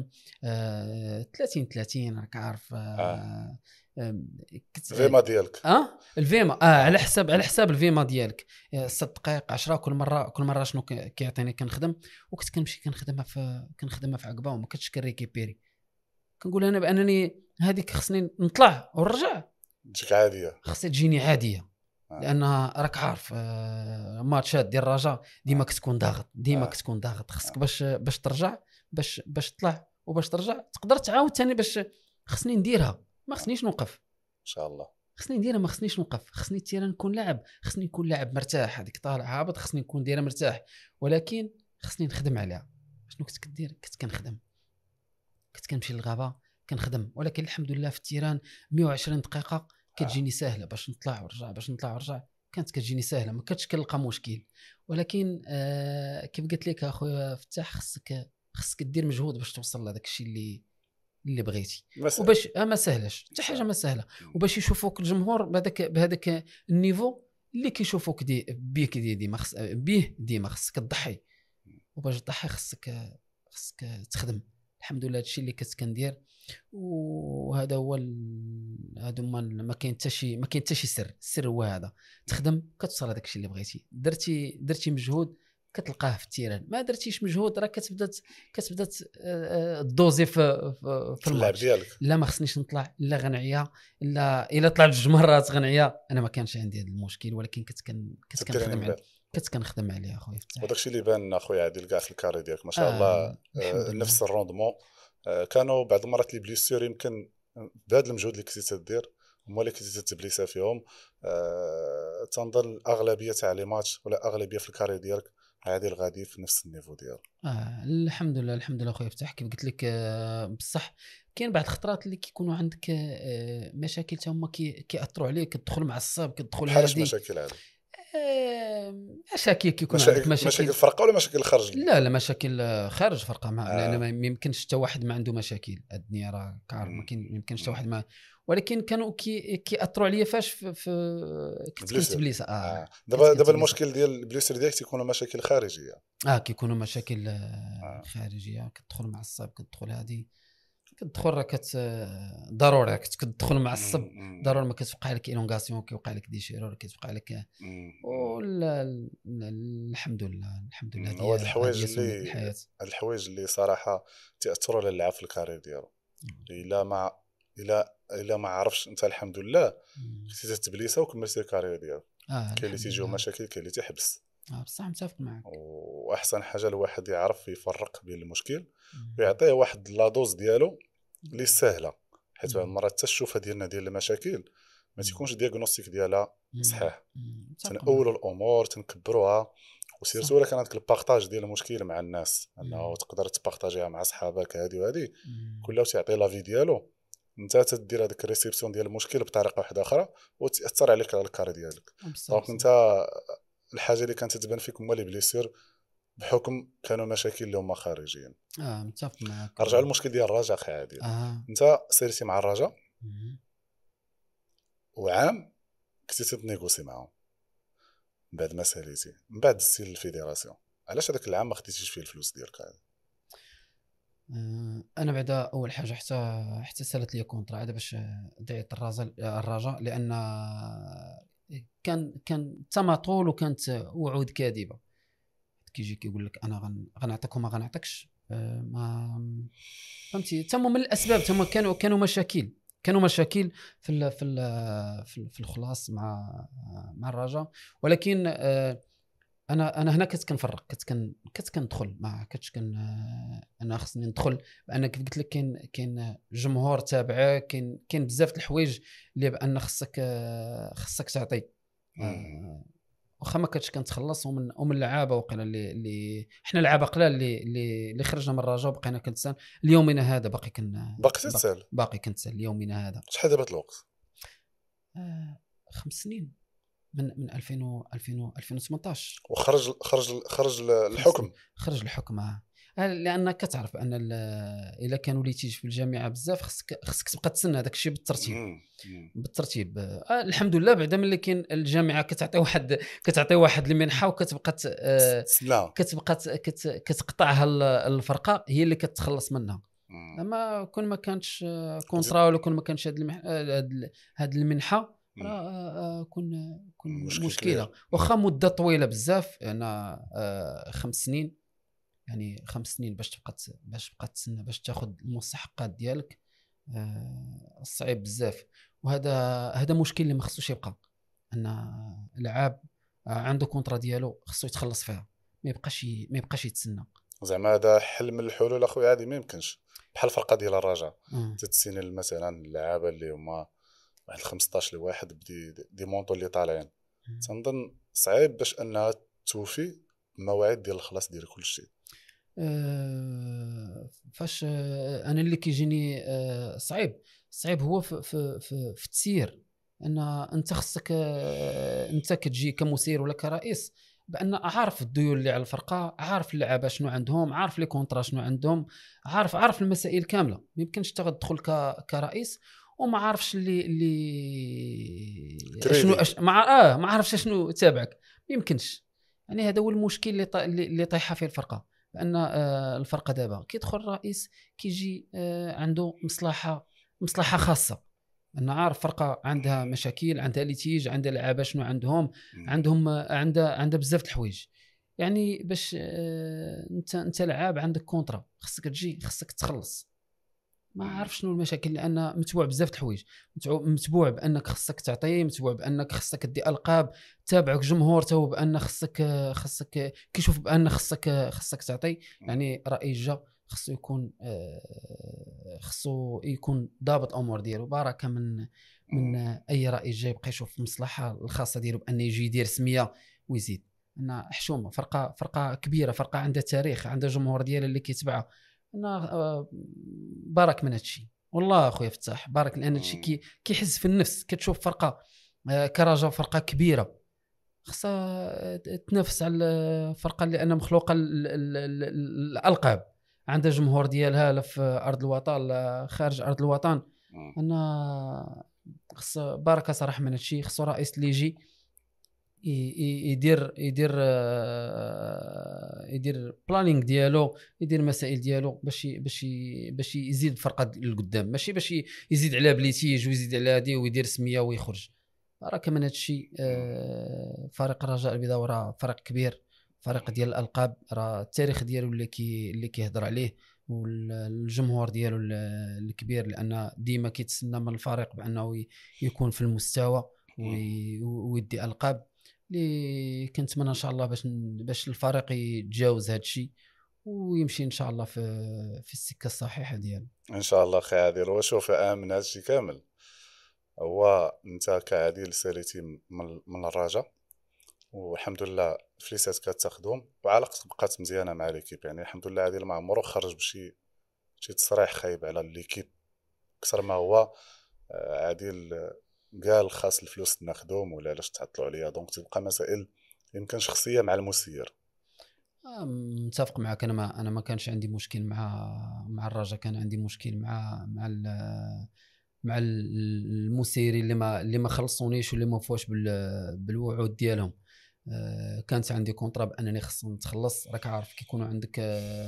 آه ثلاثين ثلاثين راك عارف آه آه. آه الفيما ديالك اه الفيما اه, آه. على حساب على حساب الفيما ديالك ست دقائق عشرة كل مره كل مره شنو كيعطيني كنخدم وكنت كنمشي كنخدمها في كنخدمها في عقبه وما كنتش كنريكيبيري كنقول انا بانني هذيك خصني نطلع ونرجع تجيك عاديه خصني تجيني عاديه آه. لان راك عارف آه ماتشات ديال الرجاء ديما آه. كتكون ضاغط ديما آه. كتكون ضاغط خصك آه. باش باش ترجع باش باش تطلع وباش ترجع تقدر تعاود ثاني باش خصني نديرها ما خصنيش نوقف ان شاء الله خصني نديرها ما خصنيش نوقف خصني تيرا نكون لاعب خصني نكون لاعب مرتاح هذيك طالع هابط خصني نكون دايره مرتاح ولكن خصني نخدم عليها. شنو كنت كدير كنت كنخدم كنت كنمشي للغابه كنخدم ولكن الحمد لله في التيران مية وعشرين دقيقه كتجيني سهله باش نطلع ونرجع باش نطلع ونرجع كانت كتجيني سهله ما كنتش كنلقى مشكل. ولكن آه كيف قلت لك اخويا فتح خصك خصك دير مجهود باش توصل لهذاك الشيء اللي اللي بغيتي وباش آه ما سهلاش حتى حاجه ما سهله وباش يشوفوك الجمهور بهذاك بهذاك النيفو اللي كيشوفوك دي بيك دي ديما خص بيه ديما خصك تضحي وباش تضحي خصك خصك تخدم. الحمد لله هادشي اللي كنت كندير وهذا هو هادو ما كاين حتى شي ما كاين حتى شي سر السر هو هذا تخدم كتوصل هذاك الشيء اللي بغيتي درتي درتي مجهود كتلقاه في التيران، ما درتيش مجهود راه كتبدا كتبدا تدوزي في في اللعب الماتش. ديالك. لا ما خصنيش نطلع، لا غنعيا، لا الا طلعت جوج مرات غنعيا. انا ما كانش عندي هذا المشكل، ولكن كنت كن كنت كنخدم عليه كنت كنخدم عليه اخويا فتاح. وداكشي اللي بان اخويا عادل كاع في الكاري ديالك ما شاء آه الله. آه آه نفس الروندمون. آه كانوا بعض المرات لي بليسيور يمكن بهذا المجهود اللي كنتي تدير هما اللي كنتي تبليسا فيهم. آه تنظن الاغلبيه تاع لي ماتش ولا اغلبيه في الكاري ديالك عادل غادي في نفس النيفو ديالو. آه الحمد لله الحمد لله اخويا فتح. كيف قلت لك آه بصح كاين بعض الخطرات اللي كيكونوا عندك آه مشاكل حتى هما كيأثروا عليك، كتدخل معصب كتدخل هادي. بحال مشاكل عادي؟ آه مشاكل كيكون مشاكل عندك مشاكل مشاكل فرقه ولا مشاكل خارج؟ لا لا مشاكل خارج فرقه ما آه. لان ما يمكنش حتى واحد ما عنده مشاكل. الدنيا راه كار ما يمكنش حتى واحد ما، ولكن كانوا كي كيأثروا عليا فاش في, في كنت كنت بليس. اه, آه. دابا دابا المشكل ديال البليسر ديالك تيكونوا مشاكل خارجيه. اه كيكونوا مشاكل آه. خارجيه، كتدخل مع الصاب كتدخل هذه كتدخل راه كت ضروري كتدخل مع الصب ضروري ما كتوقع لك ايلونغاسيون، كيوقع لك ديشيرور، كتوقع لك ولا الحمد لله الحمد لله. هاد الحوايج اللي هاد الحوايج اللي صراحه تاثروا على اللعب في الكارير ديالو. الا ما الا الا ما عرفش انت الحمد لله كنتي تتبليسا وكملتي الكارير ديالك. آه كاين اللي تيجيو مشاكل، كاين اللي تيحبس. اه بصح متفق معك. واحسن حاجه الواحد يعرف يفرق بين المشكل ويعطيه واحد لادوز ديالو اللي سهله، حيت بعض المرات حتى الشوفه ديالنا ديال المشاكل ما تيكونش دياغنوستيك ديالها صحيح. تنأولوا الامور تنكبروها، وسيرتو الا كان عندك البارطاج ديال المشكل مع الناس انه تقدر تبارطاجيها مع صحابك هذه وهذه، كل واحد يعطي لافي ديالو، انت تدير هذيك الريسيبسيون ديال المشكل بطريقه واحده اخرى وتاثر عليك على الكاري ديالك. دونك انت الحاجه اللي كانت تبان فيك هما لي بليسير بحكم كانوا مشاكل اللي هما خارجيين. اه متفق معك. ارجع للمشكل ديال الرجاء اخي عادل. آه. انت سيرتي مع الرجاء وعام كنتي تنيغوسي معاهم، من بعد ما ساليتي من بعد دزتي للفيدراسيون، علاش هذاك العام ما خديتيش فيه الفلوس ديالك هذا؟ آه انا بعدا اول حاجه حتى حتى سالت لي كونطرا هذا باش دعيت الرجاء الرجاء لان كان كان تماطول وكانت وعود كاذبه. كيجي كيقول لك انا غن غنعطيك وما غنعطيكش. آه ما فهمتي تما من الاسباب تما كانوا كانوا مشاكل كانوا مشاكل في ال في ال في الخلاص مع مع الرجاء. ولكن آه انا انا هنا كنت كنفرق، كنت كن كنت كندخل ما كنتش كن انا خصني ندخل بان كيف قلت لك كاين كاين جمهور تابعه، كاين كاين بزاف د الحوايج اللي بان خصك خصك تعطي. آه واخا ما كنتش كنتخلص ومن ومن اللعابه وقيلا اللي اللي حنا لعابه قلال اللي اللي, اللي خرجنا من الرجاء وبقينا كنتسال ليومنا هذا باقي كن باقي تتسال باقي كنتسال ليومنا هذا. شحال دابا الوقت؟ آه خمس سنين من من ألفين و ألفين و ألفين وثمانطاش وخرج خرج خرج الحكم خرج الحكم. آه. لان كتعرف ان الا كانوا لي تيجي في الجامعه بزاف خصك خصك تبقى تسنى هذاك الشيء بالترتيب مم. مم. بالترتيب. آه الحمد لله بعدا ملي كاين الجامعه كتعطي واحد كتعطي واحد المنحه وكتبقى آه كتبقى كتقطعها الفرقه هي اللي كتخلص منها. اما كون ما كانتش كونطرا ولا كون ما كانش هذه المنحه راه كون كون مشكله. واخا مده طويله بزاف انا آه خمس سنين يعني خمس سنين باش تبقى باش تبقى تسنى باش تاخذ المستحقات ديالك آه صعيب بزاف. وهذا هذا مشكل اللي ما خصوش يبقى، ان لعاب عنده كونطرا ديالو خصو يتخلص فيها، ما يبقاش ما يبقاش يتسنى. زعما هذا حل من الحلول اخويا عادي ما يمكنش. بحال الفرقه ديال الرجاء تتسيني مثلا اللعابه اللي هما واحد خمسطاش لواحد بدي دي مونطو اللي طالعين، تنظن صعيب باش انها توفي المواعيد ديال الخلاص ديال كل شيء. أه فاش أه انا اللي كيجيني أه صعيب صعيب هو في في في, في التسيير، ان انت خصك أه انت كتجي كمسير ولا كرئيس بان عارف الديون اللي على الفرقه، عارف اللعابه شنو عندهم، عارف لي كونطرا شنو عندهم، عارف عارف المسائل كامله. ما يمكنش تدخل كرئيس وما عارفش اللي اللي شنو أش... ما اه ما عارفش شنو تابعك، ما يمكنش. يعني هذا هو المشكل اللي طا... اللي طايحه فيه الفرقه، بان آه الفرقه دابا كيدخل الرئيس كيجي آه عنده مصلحه مصلحه خاصه، انا عارف فرقه عندها مشاكل، عندها ليتيج، عندها لعابه شنو عندهم عندهم عندها عندها بزاف د الحوايج. يعني باش آه انت انت لعاب عندك كونترا، خصك تجي خصك تخلص. ما عارف شنو المشاكل، لان متبوع بزاف د الحوايج، متبوع بانك خصك تعطي، متبوع بانك خصك دي القاب، تابعك جمهور تو بان خصك خصك كيشوف بان خصك خصك تعطي. يعني رئيس جا خصو يكون خصو يكون ضابط امور ديالو. بركه من من اي رئيس جاي يبقى يشوف المصلحه الخاصه ديالو بان يجي يدير سميه ويزيد. ان حشومه فرقه فرقه كبيره، فرقه عندها تاريخ، عندها جمهور ديالها اللي كيتبعها. انا بارك من هادشي والله اخويا فتاح، بارك، لان هادشي كي كيحز في النفس. كتشوف فرقه كرجاء فرقه كبيره خصها تنافس على الفرقه اللي انا مخلوقه الالقاب، عندها جمهور ديالها لا في ارض الوطن لا خارج ارض الوطن. انا خص بارك صراحه من هادشي. خصو رئيس اللي يجي يدير يدير يدير بلانينغ ديالو، يدير مسائل ديالو باش باش باش يزيد الفرقه للقدام، ماشي باش يزيد على بليتيج ويزيد على هادي ويدير سميه ويخرج. راك من هادشي فريق الرجاء البيضاوي راه فريق كبير، فريق ديال الالقاب، راه التاريخ ديالو اللي كي اللي كيهضر عليه، والجمهور ديالو الكبير، لان ديما كيتسنى من الفريق بانه يكون في المستوى ويدي القاب. اللي كنتمنى ان شاء الله باش باش الفريق يتجاوز هذا الشيء ويمشي ان شاء الله في في السكه الصحيحه ديالو ان شاء الله. اخي عادل، وشوف امن هذا الشيء كامل، هو انت كعادل ساليتي من, من الرجاء، والحمد لله فليسات كتاخذهم وعلاقتك بقات مزيانه مع ليكيب. يعني الحمد لله عادل ما عمره خرج بشي شي تصريح خايب على ليكيب، اكثر ما هو عادل قال خاص الفلوس ناخذهم ولا علاش تعطلوا عليا. دونك تبقى مسائل يمكن شخصيه مع المسير. متفق معك. انا ما انا ما كانش عندي مشكل مع مع الرجاء، كان عندي مشكل مع مع مع المسيرين اللي ما اللي ما خلصونيش واللي ما وفوش بالوعود ديالهم. كانت عندي كونطرا بانني خصني نتخلص. راك عارف كيكونوا عندك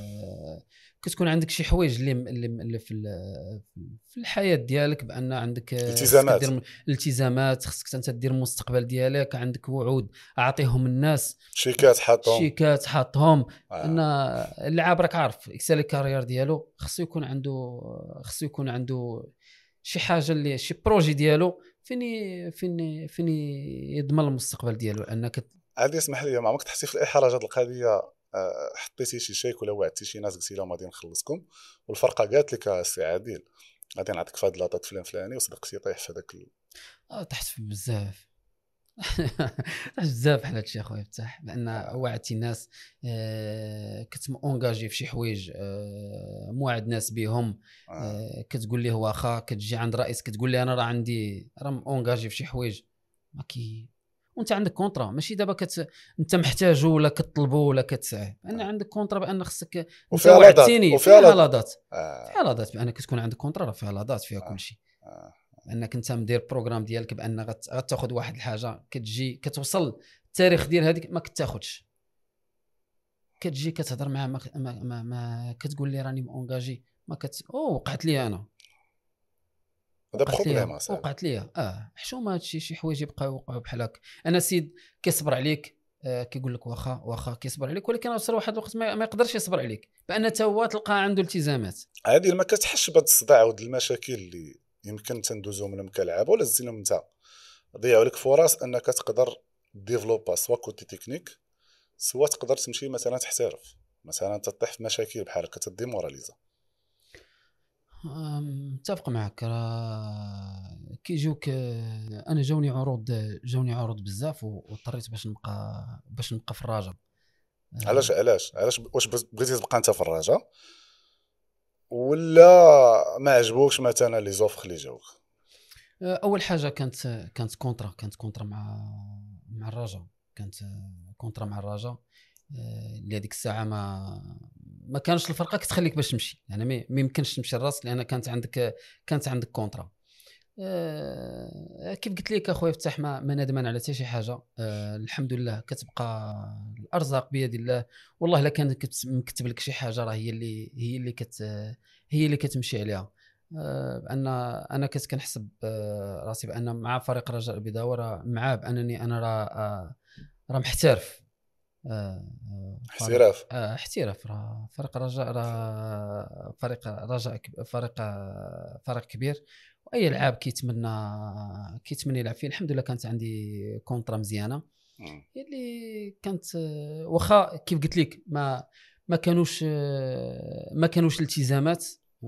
كتكون عندك شي حوايج اللي اللي في في الحياه ديالك بان عندك التزامات دير التزامات، خصك انت دير المستقبل ديالك، عندك وعود اعطيهم الناس، شيكات حاطهم شيكات حاطهم آه. ان اللاعب راك عارف يكسل الكارير ديالو، خصو يكون عنده خصو يكون عنده شي حاجه اللي شي بروجي ديالو فين فين فين يضمن المستقبل ديالو. انك عادي اسمح لي، ما عمرك تحسي في الاحراج هذه القضيه؟ حطيتي شي شيك ولا وعدتي شي ناس قلتي لهم غادي نخلصكم والفرقه قالت لك السي عادل غادي نعطيك في هاد لاطات فلان فلاني وصدقتي طيح في هذاك ال... اه طحت في بزاف طحت بزاف بحال هادشي اخويا فتاح، لان آه. وعدتي الناس آه كنت مونجاجي في شي حوايج آه موعد ناس بهم آه. آه كتقول لي واخا كتجي عند رئيس كتقول لي انا راه عندي راه مونجاجي في شي حوايج ما كي وانت عندك كونطرا ماشي دابا كت انت محتاجه ولا كتطلبه ولا كتسعى، لان عندك كونطرا بان خصك انت وعدتيني وفيها لاضات آه. فيها لاضات بانك تكون عندك كونطرا راه فيها لاضات فيها آه. كل شيء آه. انك انت مدير بروغرام ديالك بان غتاخذ واحد الحاجه كتجي كتوصل التاريخ ديال هذيك ما كتاخذش، كتجي كتهضر مع ما, ما, ما, ما كتقول لي راني مونجاجي ما كت او وقعت لي انا هذا بروبليم اصاحبي وقعت لي اه حشومه هادشي شي حوايج يبقاو يوقعوا بحال هكا. انا سيد كيصبر عليك آه كيقول لك واخا واخا كيصبر عليك، ولكن وصل واحد الوقت ما, ما يقدرش يصبر عليك بان حتى هو تلقى عنده التزامات. هذه ما كتحش بهذا الصداع ود المشاكل اللي يمكن تندوزو منهم كلاعب ولا زينهم انت ضيعوا لك فرص انك تقدر ديفلوبا سوا كوتي تكنيك سوا تقدر تمشي مثلا تحترف مثلا تطيح في مشاكل بحال هكا تدي موراليزا. متفق معك. راه كيجوك انا جاوني عروض جاوني عروض بزاف واضطريت باش نبقى باش نبقى في الرجاء. علاش علاش علاش واش بغيتي تبقى انت في الرجاء ولا ما عجبوكش مثلا لي زوفر اللي جاوك؟ اول حاجه كانت كانت كونطرا كانت كونطرا مع مع الرجاء كانت كونطرا مع الرجاء اللي هذيك الساعه ما ما كانش الفرقه كتخليك باش تمشي، يعني ما يمكنش تمشي الراس لان كانت عندك كانت عندك كونطرا. أه كيف قلت لك اخويا فتح ما, ما ندمان على حتى شي حاجه. أه الحمد لله كتبقى الارزاق بيد الله، والله الا كان مكتب لك شي حاجه راه هي اللي هي اللي كت هي اللي كتمشي عليها. أه ان انا كنت كنحسب أه راسي بان مع فريق الرجاء البيضاوي راه معاه بانني انا راه أه راه محترف احتراف احتراف راه فريق رجاء راه فريق رجاء فريق فريق كبير، واي لعاب كيتمنى كيتمنى يلعب فيه. الحمد لله كانت عندي كونطرا مزيانه اللي كانت واخا كيف قلت لك ما ما كانوش ما كانوش التزامات،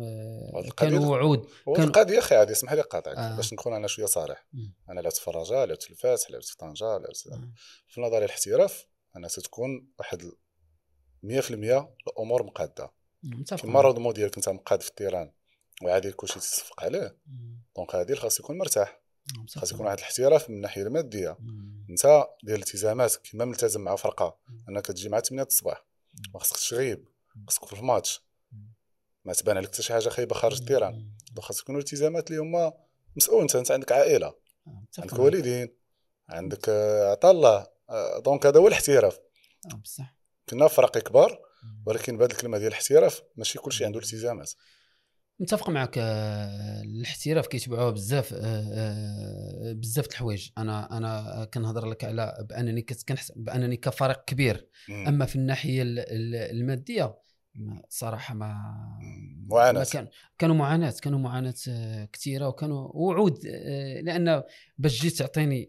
كانوا وعود. كان القضيه اخي عادي اسمح لي قاطعك آه. باش نكون انا شويه صريح، مم. انا لعبت في الرجاء، لعبت في الفاس، لعبت في طنجه، لعبت آه. في نظري الاحتراف انا ستكون واحد مية في المية الامور مقاده كيما الرودمو ديالك انت مقاد في التيران وعادي كلشي تصفق عليه، دونك هذه خاص يكون مرتاح، خاص يكون واحد الاحتراف من الناحيه الماديه. مم. انت ديال الالتزامات كيما ملتزم مع فرقه انك تجي مع ثمانية الصباح ما خصكش تغيب، خصك في الماتش ما تبان عليك حتى شي حاجه خايبه خارج التيران، دونك خاص يكونوا التزامات اللي هما مسؤول. انت, انت عندك عائله، عندك والدين، عندك عطا الله، دونك هذا هو الاحتراف. بصح كنا فرق كبار ولكن بهذه الكلمه ديال الاحتراف ماشي كلشي عنده التزامات. متفق معك. الاحتراف كيتبعوه بزاف بزاف د الحوايج. انا انا كنهضر لك على بانني كنحس بانني كفريق كبير، م. اما في الناحيه الماديه صراحه ما معاناه، ما كان كانوا معاناه كانوا معاناه كثيره، وكانوا وعود، لان باش جيت تعطيني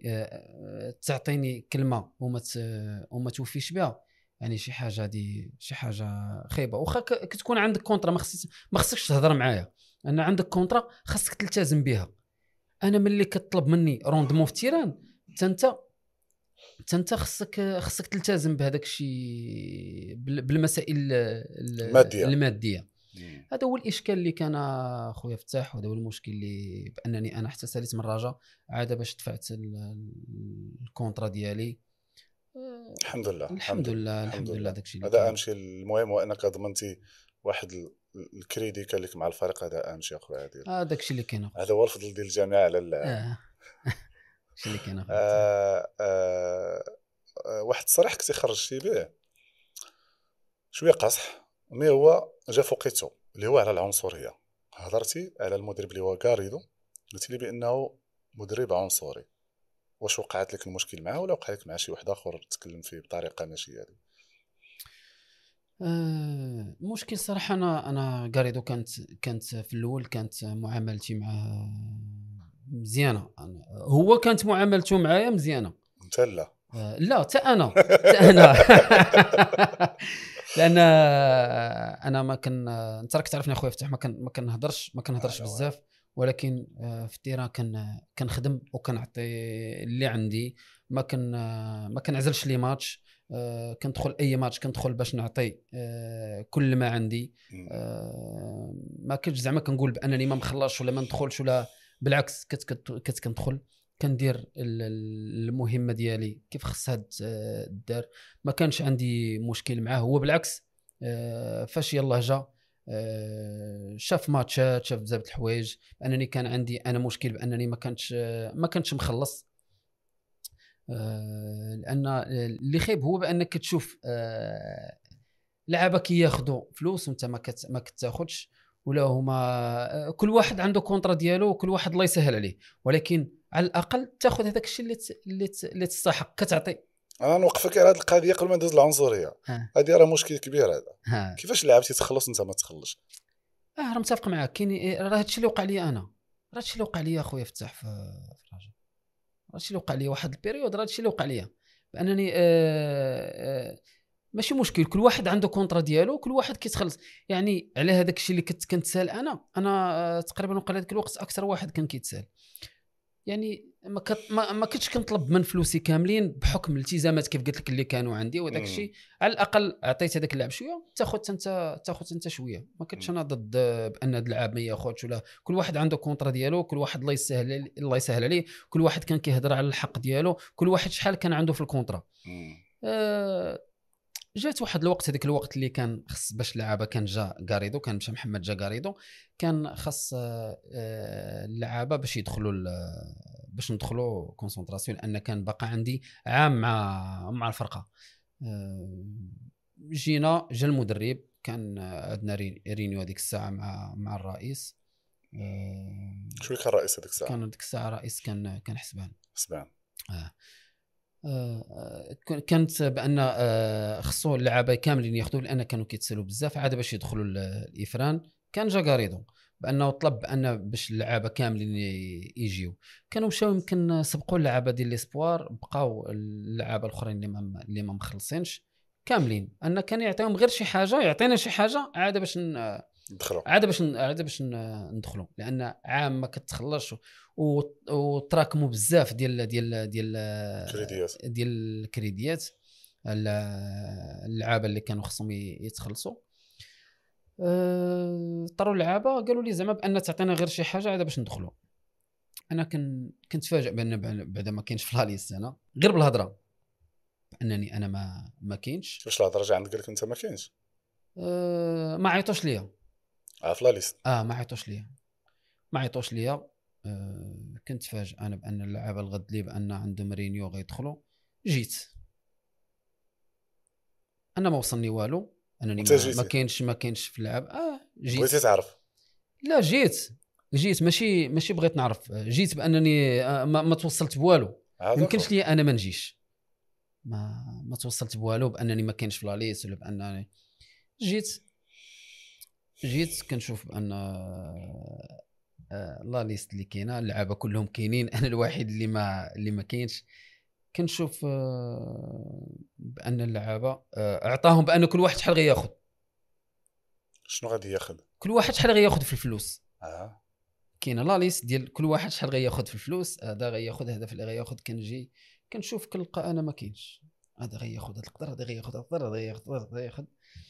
تعطيني كلمه وما وما توفيش بها يعني شي حاجه دي شي حاجه خايبه. واخا كتكون عندك كونطرا ما خصك ما خصكش تهضر معايا، ان عندك كونطرا خصك تلتزم بها. انا ملي كطلب مني روندمون في التيران انت انت خصك خصك تلتزم بهذاك الشيء بالمسائل الماديه الماديه. هذا هو الاشكال اللي كان خويا فتاح، وهذا هو المشكل اللي بانني انا حتى ساليت من الرجاء عاد باش دفعت الكونطرا ديالي. الحمد لله الحمد لله الحمد لله داكشي اللي هذا اهم شيء. المهم هو انك ضمنتي واحد الكريدي كان لك مع الفريق، هذا اهم شيء اخويا. هذا اه داكشي اللي كاين، هذا هو الفضل ديال الجامعه على اللاعب. اه داكشي اللي كاين اخويا. آه آه آه واحد الصريح كنتي خرجتي به شويه قصح، مي هو جا فوقيتو اللي هو على العنصريه. هضرتي على المدرب اللي هو غاريدو، قلتي لي بانه مدرب عنصري. واش وقعت لك المشكل معه ولا وقع لك مع شي واحد اخر تكلم فيه بطريقه ماشي هذه؟ آه مشكل صراحه. انا انا غاريدو كانت كانت في الاول كانت معاملتي معه مزيانه. هو كانت معاملته معايا مزيانه. انت لا آه لا حتى انا حتى انا لان انا ما كان انت راك تعرفني اخويا فتح، ما كان ما كنهضرش ما كنهضرش بزاف، ولكن في التيران كان كنخدم وكنعطي اللي عندي. ما كان ما كنعزلش لي ماتش، كندخل اي ماتش كندخل باش نعطي كل ما عندي. ما كنتش زعما كنقول بانني ما مخلصش ولا ما ندخلش، ولا بالعكس كنت كندخل كندير المهمه ديالي كيف خصها الدار. ما كانش عندي مشكل معاه. هو بالعكس فاش يلاه جا شاف ماتشات، شاف بزاف د الحوايج، انني كان عندي انا مشكل بانني ما كانتش ما كانتش مخلص. لان اللي خايب هو بانك كتشوف لعابه كياخذوا فلوس وانت ما كت ما كتاخذش، ولا هما كل واحد عنده كونطرا ديالو وكل واحد الله يسهل عليه، ولكن على الاقل تاخذ هذاك الشيء اللي اللي اللي تستحق كتعطي. انا نوقفك على هذه القضيه قبل ما ندوز العنصريه. هذه راه مشكل كبير هذا. كيفاش لعبتي تخلص انت ما تخلصش؟ اه راه متفق معاك. كاين راه هادشي اللي وقع لي انا، راه هادشي اللي وقع لي اخويا فتح في الرجاء. هادشي اللي وقع لي واحد البيريود، راه هادشي اللي وقع لي بانني آه آه ماشي مشكل. كل واحد عنده كونطرا ديالو، كل واحد كيتخلص. يعني على هذاك الشيء اللي كنت كنتسال انا انا تقريبا وقع هذاك الوقت اكثر واحد كان كيتسال. يعني ما كت... ما, ما كنتش كنطلب من فلوسي كاملين بحكم الالتزامات كيف قلت لك اللي كانوا عندي، وداك الشيء على الاقل عطيت هذاك اللاعب شويه تاخذ انت تاخذ انت شويه. ما كنتش انا ضد بان هذا اللاعب ما ياخذش، ولا كل واحد عنده كونطرا ديالو، كل واحد الله يسهل الله يسهل عليه، كل واحد كان كيهضر على الحق ديالو، كل واحد شحال كان عنده في الكونطرا. آه جات واحد الوقت، هذاك الوقت اللي كان خص باش اللعابه كان جا غاريدو، كان مشى محمد جا غاريدو، كان خص اللعابه باش يدخلوا باش ندخلوا كونسنتراسيون، لان كان باقا عندي عام مع مع الفرقه. جينا جا المدرب، كان عندنا رينيو هذيك الساعه مع مع الرئيس. شو كان الرئيس هذيك الساعه؟ كان هذيك الساعه رئيس كان كان حسبان حسبان اه آه كانت بان آه خصو اللعابه كاملين ياخذوه لان كانوا كيتسالوا بزاف عاد باش يدخلوا الافران. كان جا غاريدو بانه طلب بان باش اللعابه كاملين يجيو. كانوا مشاو يمكن سبقوا اللعابه ديال ليسبوار، بقاو اللعابه الاخرين اللي ما اللي ما مخلصينش كاملين ان كان يعطيهم غير شي حاجه، يعطينا شي حاجه عاد باش ندخلوا عاد باش عاد باش ندخلوا، لان عام ما كتخلصش وتراكموا بزاف ديال ديال ديال كريديات ديال الكريديات اللعابه اللي كانوا خصهم يتخلصوا. اضطروا اللعابه قالوا لي زعما بان تعطينا غير شي حاجه عاد باش ندخلوا. انا كن كنت فاجئ بان بعدا ما كاينش في لاليست انا غير بالهضره انني انا ما ما كاينش. كيفاش الهضره جا عندك قال لك انت ما كاينش؟ أه ما عيطوش ليا. اه في لاليست اه ما عيطوش ليا ما عيطوش ليا أه كنت فاجئ انا بان اللعابه الغد لي بان عندهم رينيو غيدخلوا. جيت انا ما وصلني والو انني ما, ما كاينش ما كاينش في اللعب. اه جيت بغيتي تعرف؟ لا جيت جيت ماشي ماشي بغيت نعرف، جيت بانني آه ما, ما توصلت بوالو. يمكنش لي انا ما نجيش، ما ما توصلت بوالو بانني ما كاينش في لاليس ولا بانني جيت جيت كنشوف بان آه لا ليست اللي كاينه اللعابه كلهم كاينين، انا الوحيد اللي ما اللي ما كاينش. كنشوف آه بان اللعابه آه اعطاهم بان كل واحد شحال غياخذ. شنو غادي ياخذ؟ كل واحد شحال غياخذ في الفلوس. اه كاينه لا ليست ديال كل واحد شحال غياخذ في الفلوس. هذا غياخذ هذا اللي غياخذ. كنجي كنشوف كنلقى انا ما كاينش. هذا غياخذ هذا القدر، هذا غياخذ هذا القدر، هذا غياخذ هذا غياخذ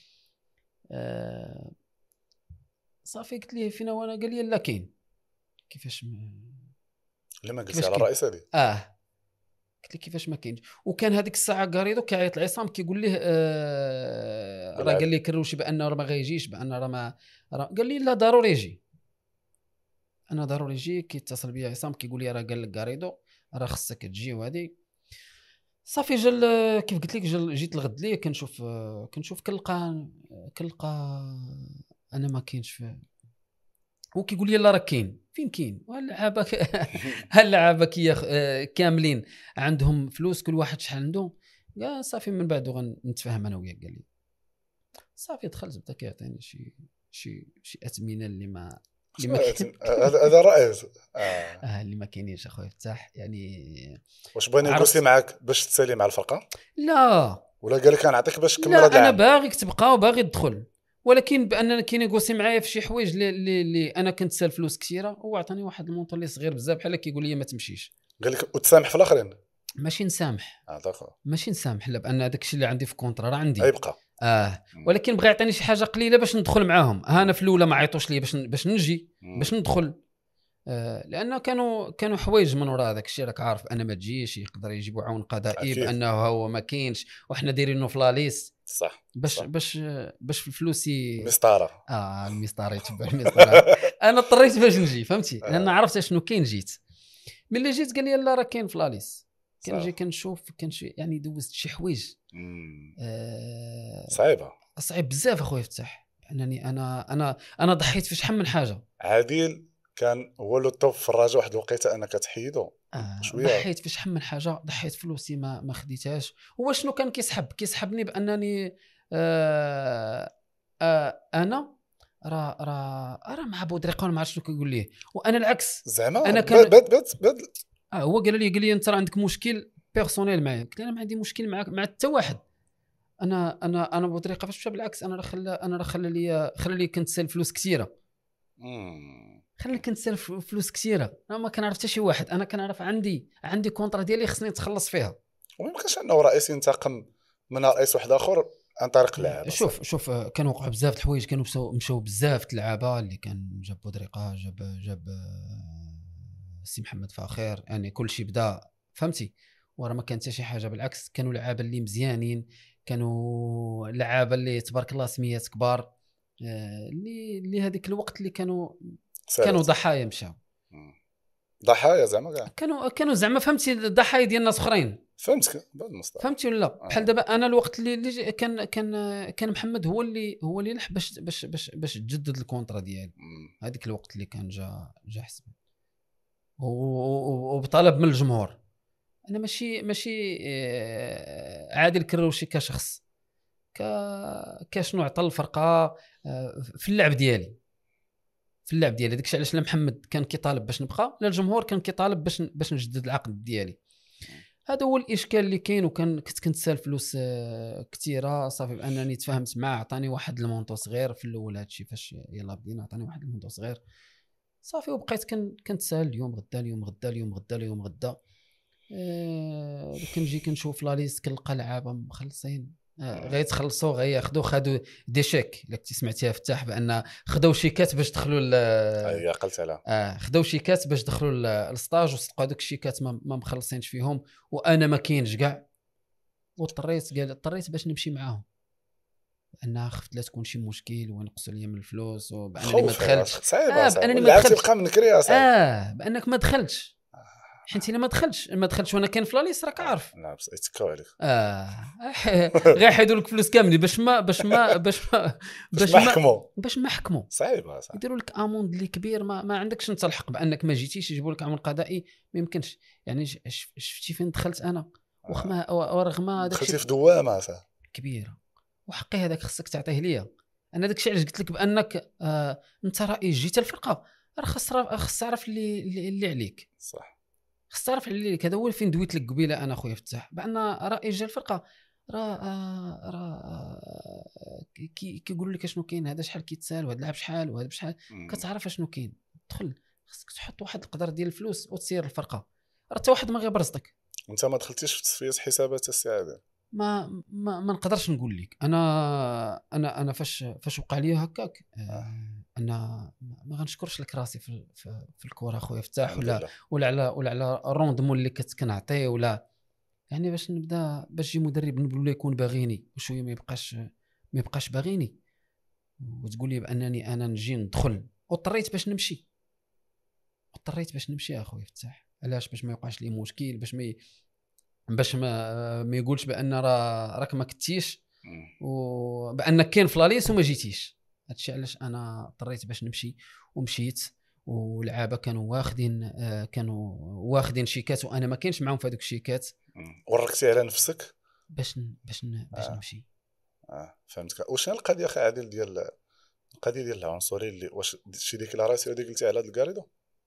آه صافي. قلت ليه فينا وانا؟ قال لي لا كاين. كيفاش ما لما قلتي على الرئيس هذه؟ اه قلت لي كيفاش ما كاينش. وكان هذيك الساعه غاريدو كيعيط العصام كيقول ليه آه راه قال لي كروشي بانه راه ما غيجيش، بان راه ما راه قال لي لا ضروري يجي. انا ضروري يجي. كيتصل بيا عصام كيقول لي راه قال لك غاريدو راه خصك تجي. وهذه صافي جا كيف قلت لك جيت الغد ليه كنشوف كنشوف كنلقى كنلقى انا ما كاينش في. وكيقول لي لا راه كاين. فين كاين؟ واللعابه هاللعابه كي كاملين عندهم فلوس كل واحد شحال عنده. قال صافي من بعد غنتفاهم انا وياك. قال لي صافي دخلت بدا كيعطيني شي شي شي اثمنه اللي ما هذا هذا رئيس اه, آه اللي ما كاينينش اخويا فتاح. يعني واش بغيني نقصي معاك باش تسالي مع الفرقه؟ لا ولا قال لك نعطيك باش تكمل هذا العام؟ انا باغيك تبقى وباغي تدخل، ولكن باننا كينيغوسي معايا في شي حوايج اللي اللي انا كنت سال فلوس كثيره. هو عطاني واحد المونطون اللي صغير بزاف بحال كيقول لي ما تمشيش. قال لك وتسامح في الاخرين؟ ماشي نسامح اه داكور ماشي نسامح لا، بان هذاك الشيء اللي عندي في كونطرا راه عندي يبقى اه م. ولكن بغى يعطيني شي حاجه قليله باش ندخل معاهم. ها انا في الاولى ما عيطوش لي باش باش نجي م. باش ندخل آه لانه كانوا كانوا حوايج من وراء هذاك الشيء. راك عارف انا ما تجيش يقدر يجيبوا عون قضائي بانه هو ما كاينش وحنا دايرينه في لاليس صح باش صح. باش باش في الفلوس مسطره اه المسطره يتبع المسطره. انا اضطريت باش نجي فهمتي لان آه. عرفت شنو كاين. جيت ملي جيت قال لي لا راه كاين في لاليس. كنجي كنشوف كنشي يعني دوزت شي حوايج آه صعيبه صعيب بزاف اخويا فتح. انني انا انا انا ضحيت في شحال من حاجه. عادل كان هو لو توب في الرجاء واحد الوقيته انك تحيدو آه شويه. ضحيت في شحال من حاجه. ضحيت فلوسي ما ما خديتهاش. هو شنو كان كيسحب كيسحبني بانني آه آه انا راه راه راه مع بودريقه ما عرفتش شنو كيقول ليه. وانا العكس زعما انا كان بد بد بد اه هو قال لي قال لي انت راه عندك مشكل بيرسونيل معايا. قلت له انا ما عندي مشكل معاك مع حتى واحد. انا انا انا بطريقه فاش مشى بالعكس. انا راه خلى انا راه خلى لي خلى لي كنت سال فلوس كثيره. امم خلى لي كنت سال فلوس كثيره. انا ما كنعرف حتى شي واحد. انا كنعرف عندي عندي كونطرا ديالي خصني نتخلص فيها. ويمكنش انه رئيس ينتقم من رئيس واحد اخر عن طريق اللعابه. شوف صحيح. شوف كانوا وقعوا بزاف د الحوايج. كانوا مشاو مشاو بزاف د اللعابه اللي كان جاب بودريقه جاب جاب سي محمد فاخر. يعني كل شيء بدا فهمتي. وراه ما كانت حتى شي حاجه بالعكس. كانوا لعابه اللي مزيانين. كانوا لعابه اللي تبارك الله سميات كبار اللي اللي هذيك الوقت اللي كانوا سالت. كانوا ضحايا مشاو ضحايا زعما كاع كانوا كانوا زعما فهمتي ضحايا ديال الناس اخرين. فهمتك بهذا المصطلح فهمتي ولا لا؟ بحال دابا انا الوقت اللي, اللي كان كان كان محمد هو اللي هو اللي لح باش باش باش باش تجدد الكونطرا ديالي. هذيك الوقت اللي كان جا جا حسب وبطلب من الجمهور. انا ماشي ماشي عادل كروشي كشخص، ك كشنو عطى الفرقه في اللعب ديالي في اللعب ديالي داكشي علاش لا محمد كان كيطالب باش نبقى، لا الجمهور كان كيطالب باش باش نجدد العقد ديالي. هذا هو الاشكال اللي كاين. وكان كنت كنتسال فلوس كثيره صافي بانني تفاهمت معاه، عطاني واحد المونطو صغير في الاول هادشي فاش يلا بدينا، عطاني واحد المونطو صغير صافي. وبقيت كن كنتسال اليوم غدا اليوم غدا اليوم غدا اليوم غدا أه كنجي كنشوف لا ليست كنلقى لعابه مخلصين آه غيتخلصوا غياخذوا خدوا دي شيك. الا كنتي سمعتيها فتاح بان خداو شيكات باش دخلوا ل اي عقلت عليها اه خداو شيكات باش دخلوا للستاج وصدقوا هذوك الشيكات ما, ما مخلصينش فيهم، وانا ما كاينش كاع. واضطريت قال اضطريت باش نمشي معاهم لان خفت لا تكون شي مشكل وينقصوا لي من الفلوس وبانني ما دخلتش. صعيبه آه صعيبه بانني ما دخلتش تبقى من كريا صعيب. اه بانك ما دخلتش حيت الا ما دخلتش ما دخلتش وانا كاين في لا ليست راك عارف نعم يتكاو عليك اه غير يحيدوا لك فلوس كاملين باش ما باش ما باش ما باش ما حكموا باش ما حكموا صعيبه صعيبه يديروا لك اموند اللي كبير ما, ما عندكش انت الحق بانك ما جيتيش يجيبوا لك اموند قضائي ما يمكنش. يعني شفتي فين دخلت انا وخما ورغم هذاك دخلتي في دوامه صح كبيره وحقي هذاك خصك تعطيه ليا. انا داك الشيء علاش قلت لك بانك آه انت رئيس جيت الفرقه راه خص خص تعرف اللي اللي عليك صح خص تعرف اللي عليك. هذا هو فين دويت لك قبيله انا خويا فتاح بان رئيس جا الفرقه راه راه كي كيقولوا لك شنو كاين هذا شحال كيتسال وهذا لعب شحال وهذا بشحال كتعرف شنو كاين. دخل خصك تحط واحد القدر ديال الفلوس وتسير الفرقه راه حتى واحد ما غيبرزطك. انت ما دخلتيش في تصفيه حسابات السعاده ما ما, ما نقدرش نقول لك انا انا انا فاش فاش وقع لي هكاك آه. انا ما غنشكرش لك راسي في في, في الكره خويا فتاح ولا ولا على ولا على الروندمون اللي كنت كنعطيه ولا يعني باش نبدا باش يجي مدرب نقول له يكون باغيني وشويه ما يبقاش ما يبقاش باغيني وتقول لي بانني انا نجي ندخل. واضطريت باش نمشي اضطريت باش نمشي اخويا فتاح. علاش؟ باش ما يوقعش لي مشكل باش ما باش ما ما يقولش بان راه راك ما كنتيش وبانك كاين في لاليس وما جيتيش. هادشي علاش انا اضطريت باش نمشي ومشيت. واللعابه كانوا واخدين آه كانوا واخدين شيكات وانا ما كاينش معاهم في هذوك الشيكات. وركتي على نفسك باش باش باش آه. نمشي. اه فهمتك. وشنو القضيه اخي عادل ديال القضيه ديال العنصريه اللي واش شي ديكلاراسيون اللي قلتي على هذا الكاريدو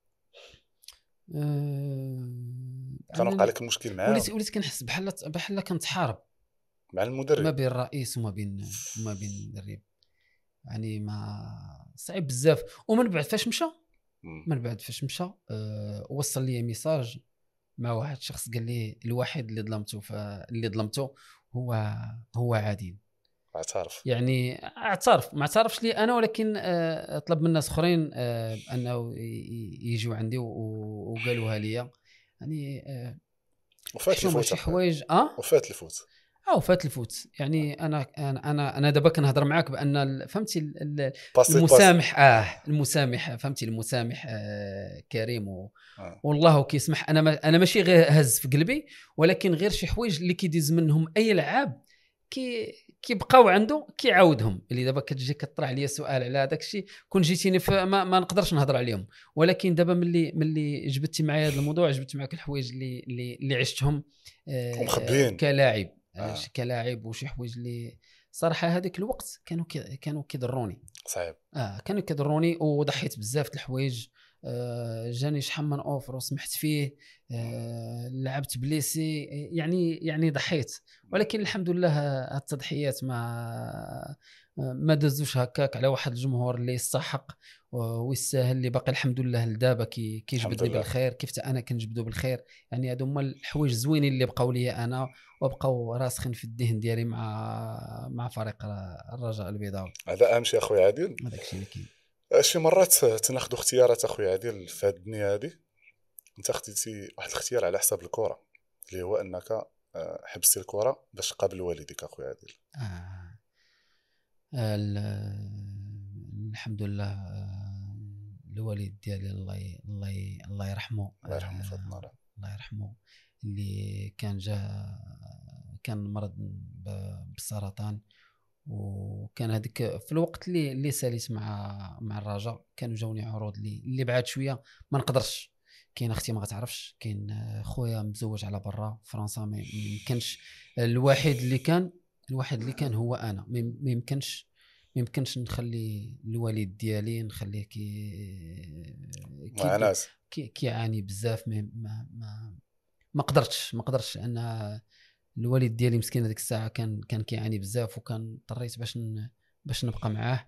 أه... كان وقع لك المشكل معاه؟ وليت وليت كنحس بحال بحال كنتحارب مع المدرب ما بين الرئيس وما بين وما بين المدرب. يعني ما صعيب بزاف. ومن بعد فاش مشى من بعد فاش مشى أه... وصل لي ميساج مع واحد الشخص قال لي الواحد اللي ظلمته اللي ظلمته هو هو عادل. اعترف يعني اعترف ما اعترفش لي انا ولكن أه... طلب من الناس اخرين أه... انه يجوا عندي وقالوها لي. يعني أه... وفات الفوت شي حوايج اه وفات الفوت اه وفات الفوت. يعني انا انا انا دابا كنهضر معاك بان فهمتي المسامح اه المسامح فهمتي المسامح آه كريم و... آه. والله كيسمح. انا ما انا ماشي غير هز في قلبي ولكن غير شي حوايج اللي كيديز منهم اي لعاب كي كيبقاو عنده كيعاودهم. اللي دابا كتجي كطرح عليا سؤال على هذاك الشيء كون جيتيني ما, ما نقدرش نهضر عليهم. ولكن دابا ملي ملي جبتي معايا هذا الموضوع جبت معاك الحوايج اللي اللي, اللي عشتهم آه كلاعب آه. كلاعب وشي حوايج اللي صراحه هذاك الوقت كانوا كي كانوا كيضروني صعيب اه كانوا كيضروني وضحيت بزاف د الحوايج. آه جاني شحال من اوفر وسمحت فيه آه لعبت بليسي يعني يعني ضحيت. ولكن الحمد لله هاد التضحيات ما ما دازوش هكاك على واحد الجمهور اللي يستحق ويستاهل اللي باقي الحمد لله لدابا كي كيجبدني بالخير كيف انا كنجبدو بالخير. يعني هادو هما الحوايج زوينين اللي بقاو لي انا وبقاو راسخين في الذهن ديالي مع مع فريق الرجاء البيضاوي. هذا اهم شيء اخويا عادل. هذاك الشيء اللي كاين. شي مرات تناخذوا اختيارات اخويا عادل في هذه الدنيا هذه. انت خديتي واحد الاختيار على حساب الكره اللي هو انك حبستي الكره باش تقابل والديك اخويا عادل. آه. الحمد لله الوالد ديالي الله الله الله يرحمه الله يرحمه فضل الله يرحمه اللي كان جا كان مرض بالسرطان. وكان هذيك في الوقت اللي اللي ساليت مع مع الرجاء كانوا جاوني عروض اللي اللي بعاد شويه ما نقدرش كاين اختي ما غتعرفش، كاين خويا مزوج على برا فرنسا، ما يمكنش. الوحيد اللي كان الوحيد اللي كان هو انا، ما يمكنش ما يمكنش نخلي الوالد ديالي نخليه كي مع ناس كي كيعاني بزاف. ما ما ما, ما قدرتش ما قدرتش انا الوالد ديالي مسكين هذيك الساعه كان كان كيعاني بزاف، وكان اضطريت باش ن... باش نبقى معاه،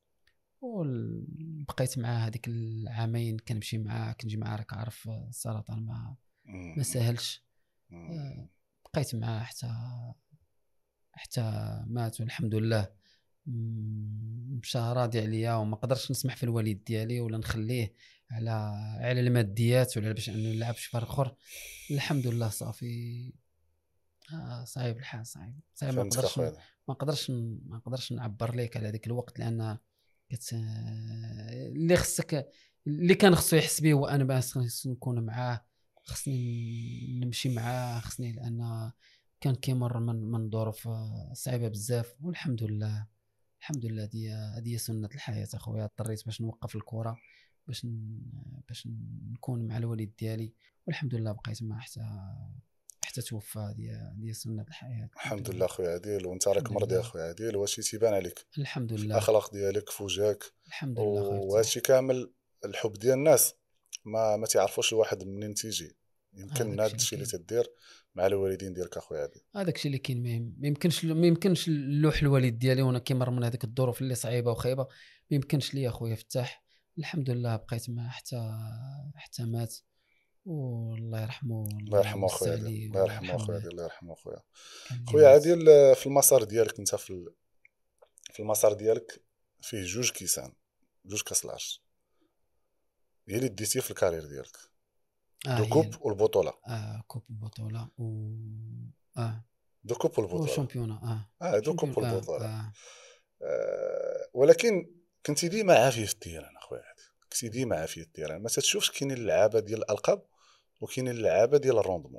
وبقيت معاه هذيك العامين كنمشي معاه كنجي معاه. راك عارف السرطان ما ما سهلش. بقيت معاه حتى حتى مات، والحمد لله مشى راضي عليا، وما قدرتش نسمح في الوالد ديالي ولا نخليه على على الماديات ولا باش انه يلعب شي فرق اخر. الحمد لله صافي. آه صعيب الحال، صعيب صعيب ما نقدرش ما نقدرش ما نقدرش نعبر لك على ذاك الوقت، لان كت اللي خصك اللي كان خصو يحس به وانا باس نكون معاه، خصني نمشي معاه، خصني، لان كان كيمر من من ظروف صعيبه بزاف. والحمد لله الحمد لله دي هذه سنه الحياه اخويا. اضطريت باش نوقف الكره باش ن... باش نكون مع الوالد ديالي، والحمد لله بقيت معاه حتى حتى توفى. هذه هذه سنه الحياه. الحمد لله خويا عادل. وانت راك مرضي اخويا عادل، وهادشي تيبان عليك الحمد لله، الاخلاق ديالك في وجهك الحمد لله. وهادشي كامل الحب ديال الناس ما ما تعرفوش الواحد منين تيجي. يمكن هذا الشيء اللي تدير مع الوالدين ديالك اخويا عادل، هذاك الشيء اللي كاين. ما يمكنش ما يمكنش نلوح الوالد ديالي وانا كيمر من هذيك الظروف اللي صعيبه وخايبه. ما يمكنش ليا اخويا فتاح. الحمد لله بقيت معاه حتى حتى مات، والله يرحمه. الله يرحمه اخويا عادل، الله يرحمه اخويا عادل، الله يرحمه اخويا. خويا عادل في المسار ديالك انت في في المسار ديالك فيه جوج كيسان، جوج كاس العرش هي اللي ديتي في الكارير ديالك. آه دو كوب والبطوله. اه كوب البطوله و اه دو كوب والبطوله والشامبيون. اه اه دو كوب والبطوله. آه. آه. آه. ولكن كنتي ديما عافيه في التيران اخويا عادل، كنتي ديما عافيه في التيران. ما تتشوفش كاينين اللعابه ديال الالقاب وكاينين اللعابه ديال الروندمون؟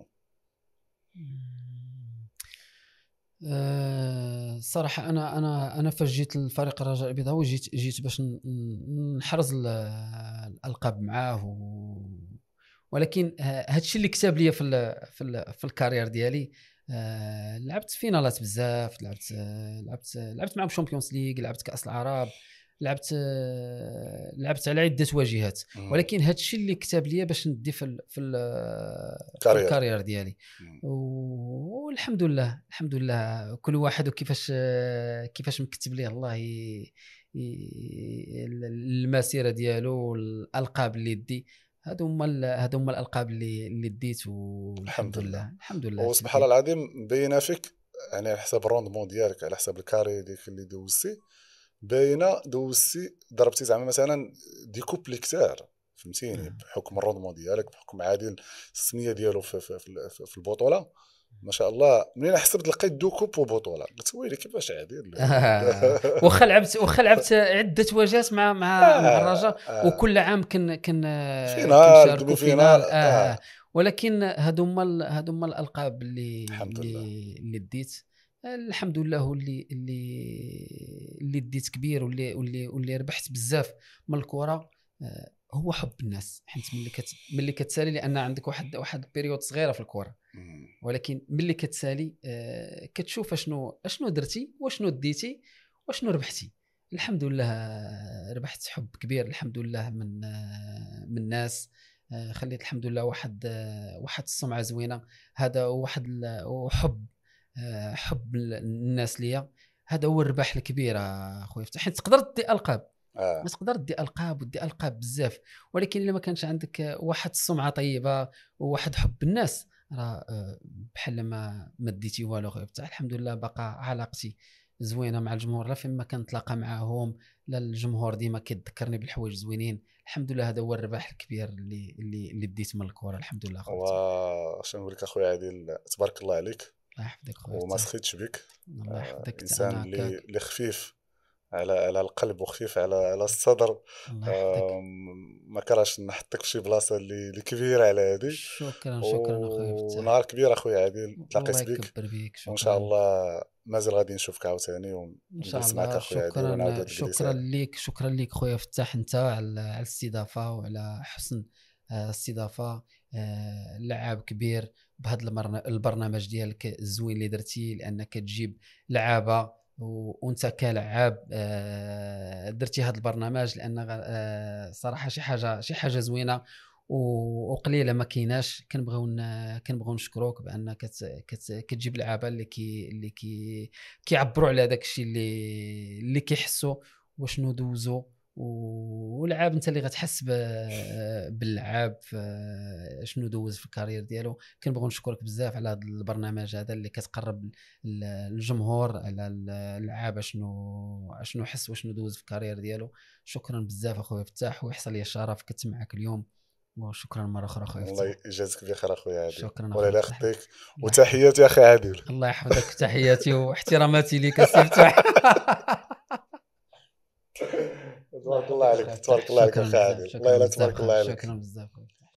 أه صراحه انا انا انا فاش جيت للفريق الرجاء البيضاوي جيت جيت باش نحرز الالقاب معاه و... ولكن هذا الشيء اللي كتب لي في ال في ال في الكارير ديالي. أه لعبت فينالات بزاف، لعبت لعبت لعبت معهم شامبيونز ليغ، لعبت كاس العرب، لعبت لعبت على عده واجهات. ولكن هذا الشيء اللي كتب لي باش ندي في ال في, ال في الكارير ديالي. والحمد لله الحمد لله كل واحد وكيفاش كيفاش مكتب ليه الله ي... ي... المسيره ديالو والالقاب اللي دي. هادو هما هادو هما الالقاب اللي اللي ديت، والحمد لله الحمد لله. وسبحان الله العظيم مبينه فيك يعني على حساب الروندمون ديالك، على حساب الكاري ديك اللي دوزتي، باينه دوزتي ضربتي زعما مثلا دي كوبلي كثار فهمتيني. بحكم الروندمون ديالك، بحكم عادل السميه ديالو في, في, في, في البطوله ما شاء الله. منين حسبت لقيت دو كوب وبطوله قلت ويلي كيفاش عادل. آه. واخا لعبت واخا لعبت عده واجهات مع مع, آه. مع الرجاء. آه. وكل عام كن كن كنشاركوا في فينال. آه. آه. ولكن هادو هما هادو هما الالقاب اللي اللي اللي ديت الحمد لله. هو اللي اللي اللي ديت كبير، واللي واللي واللي ربحت بزاف من الكره. آه. هو حب الناس. حيت ملي كت ملي كتسالي، لان عندك واحد واحد بيريود صغيره في الكره، ولكن ملي كتسالي آه كتشوف اشنو اشنو درتي واشنو ديتي واشنو ربحتي. الحمد لله ربحت حب كبير الحمد لله من آه من الناس. آه خليت الحمد لله واحد آه واحد السمعه زوينه. هذا واحد وحب آه حب الناس ليا. هذا هو الربح الكبير اخويا فتح. حيت تقدر دي القاب، آه. ما تقدر دي القاب ودي القاب بزاف، ولكن الا ما كانش عندك واحد السمعه طيبه وواحد حب الناس راه بحال ما ما ديتي والو. غير بتاع الحمد لله بقى علاقتي زوينه مع الجمهور. لا فين ما كنتلاقى معاهم لا الجمهور ديما كيذكرني بالحوايج زوينين. الحمد لله هذا هو الربح الكبير اللي اللي اللي ديت من الكره الحمد لله. خويا واش نقول لك اخويا عادل تبارك الله عليك، الله يحفظك خويا وما سخيتش بك. الله يحفظك. انسان اللي اللي خفيف على على القلب وخفيف على على الصدر. ما كرهش نحطك في شي بلاصه اللي اللي كبيره على هذه. شكرا شكرا اخويا فتاح. ونهار كبير اخويا عادل تلاقيت بك وان شاء الله مازال غادي نشوفك عاوتاني ونجلس معك اخويا عادل ونعاود. شكرا ليك شكرا ليك خويا فتاح انت على على الاستضافه وعلى حسن استضافه لعاب كبير بهذا البرنامج ديالك الزوين اللي درتي، لانك تجيب لعابه وانت كلاعب درتي هذا البرنامج، لان صراحه شي حاجه شي حاجه زوينه وقليله ما كايناش. كنبغيو كنبغيو نشكروك بانك كتجيب لعابه اللي كي اللي كي كيعبروا على داك الشيء اللي اللي كيحسوا وشنو دوزو، ولعاب انت اللي غتحس باللعاب شنو دوز في الكارير ديالو. كنبغيو نشكرك بزاف على هذا البرنامج هذا اللي كتقرب الجمهور على اللعاب شنو شنو حس وشنو دوز في الكارير ديالو. شكرا بزاف اخويا فتاح، ويحصل لي الشرف كنت معك اليوم، وشكرا مره اخرى اخويا فتاح. الله يجازيك بخير اخويا عادل. شكرا ولا لا يخطيك، وتحياتي اخي عادل. الله يحفظك، تحياتي واحتراماتي لك السي فتاح. تبارك الله عليك، تبارك الله عليك اخي عادل. الله يلا تبارك الله عليك. شكرا بزاف.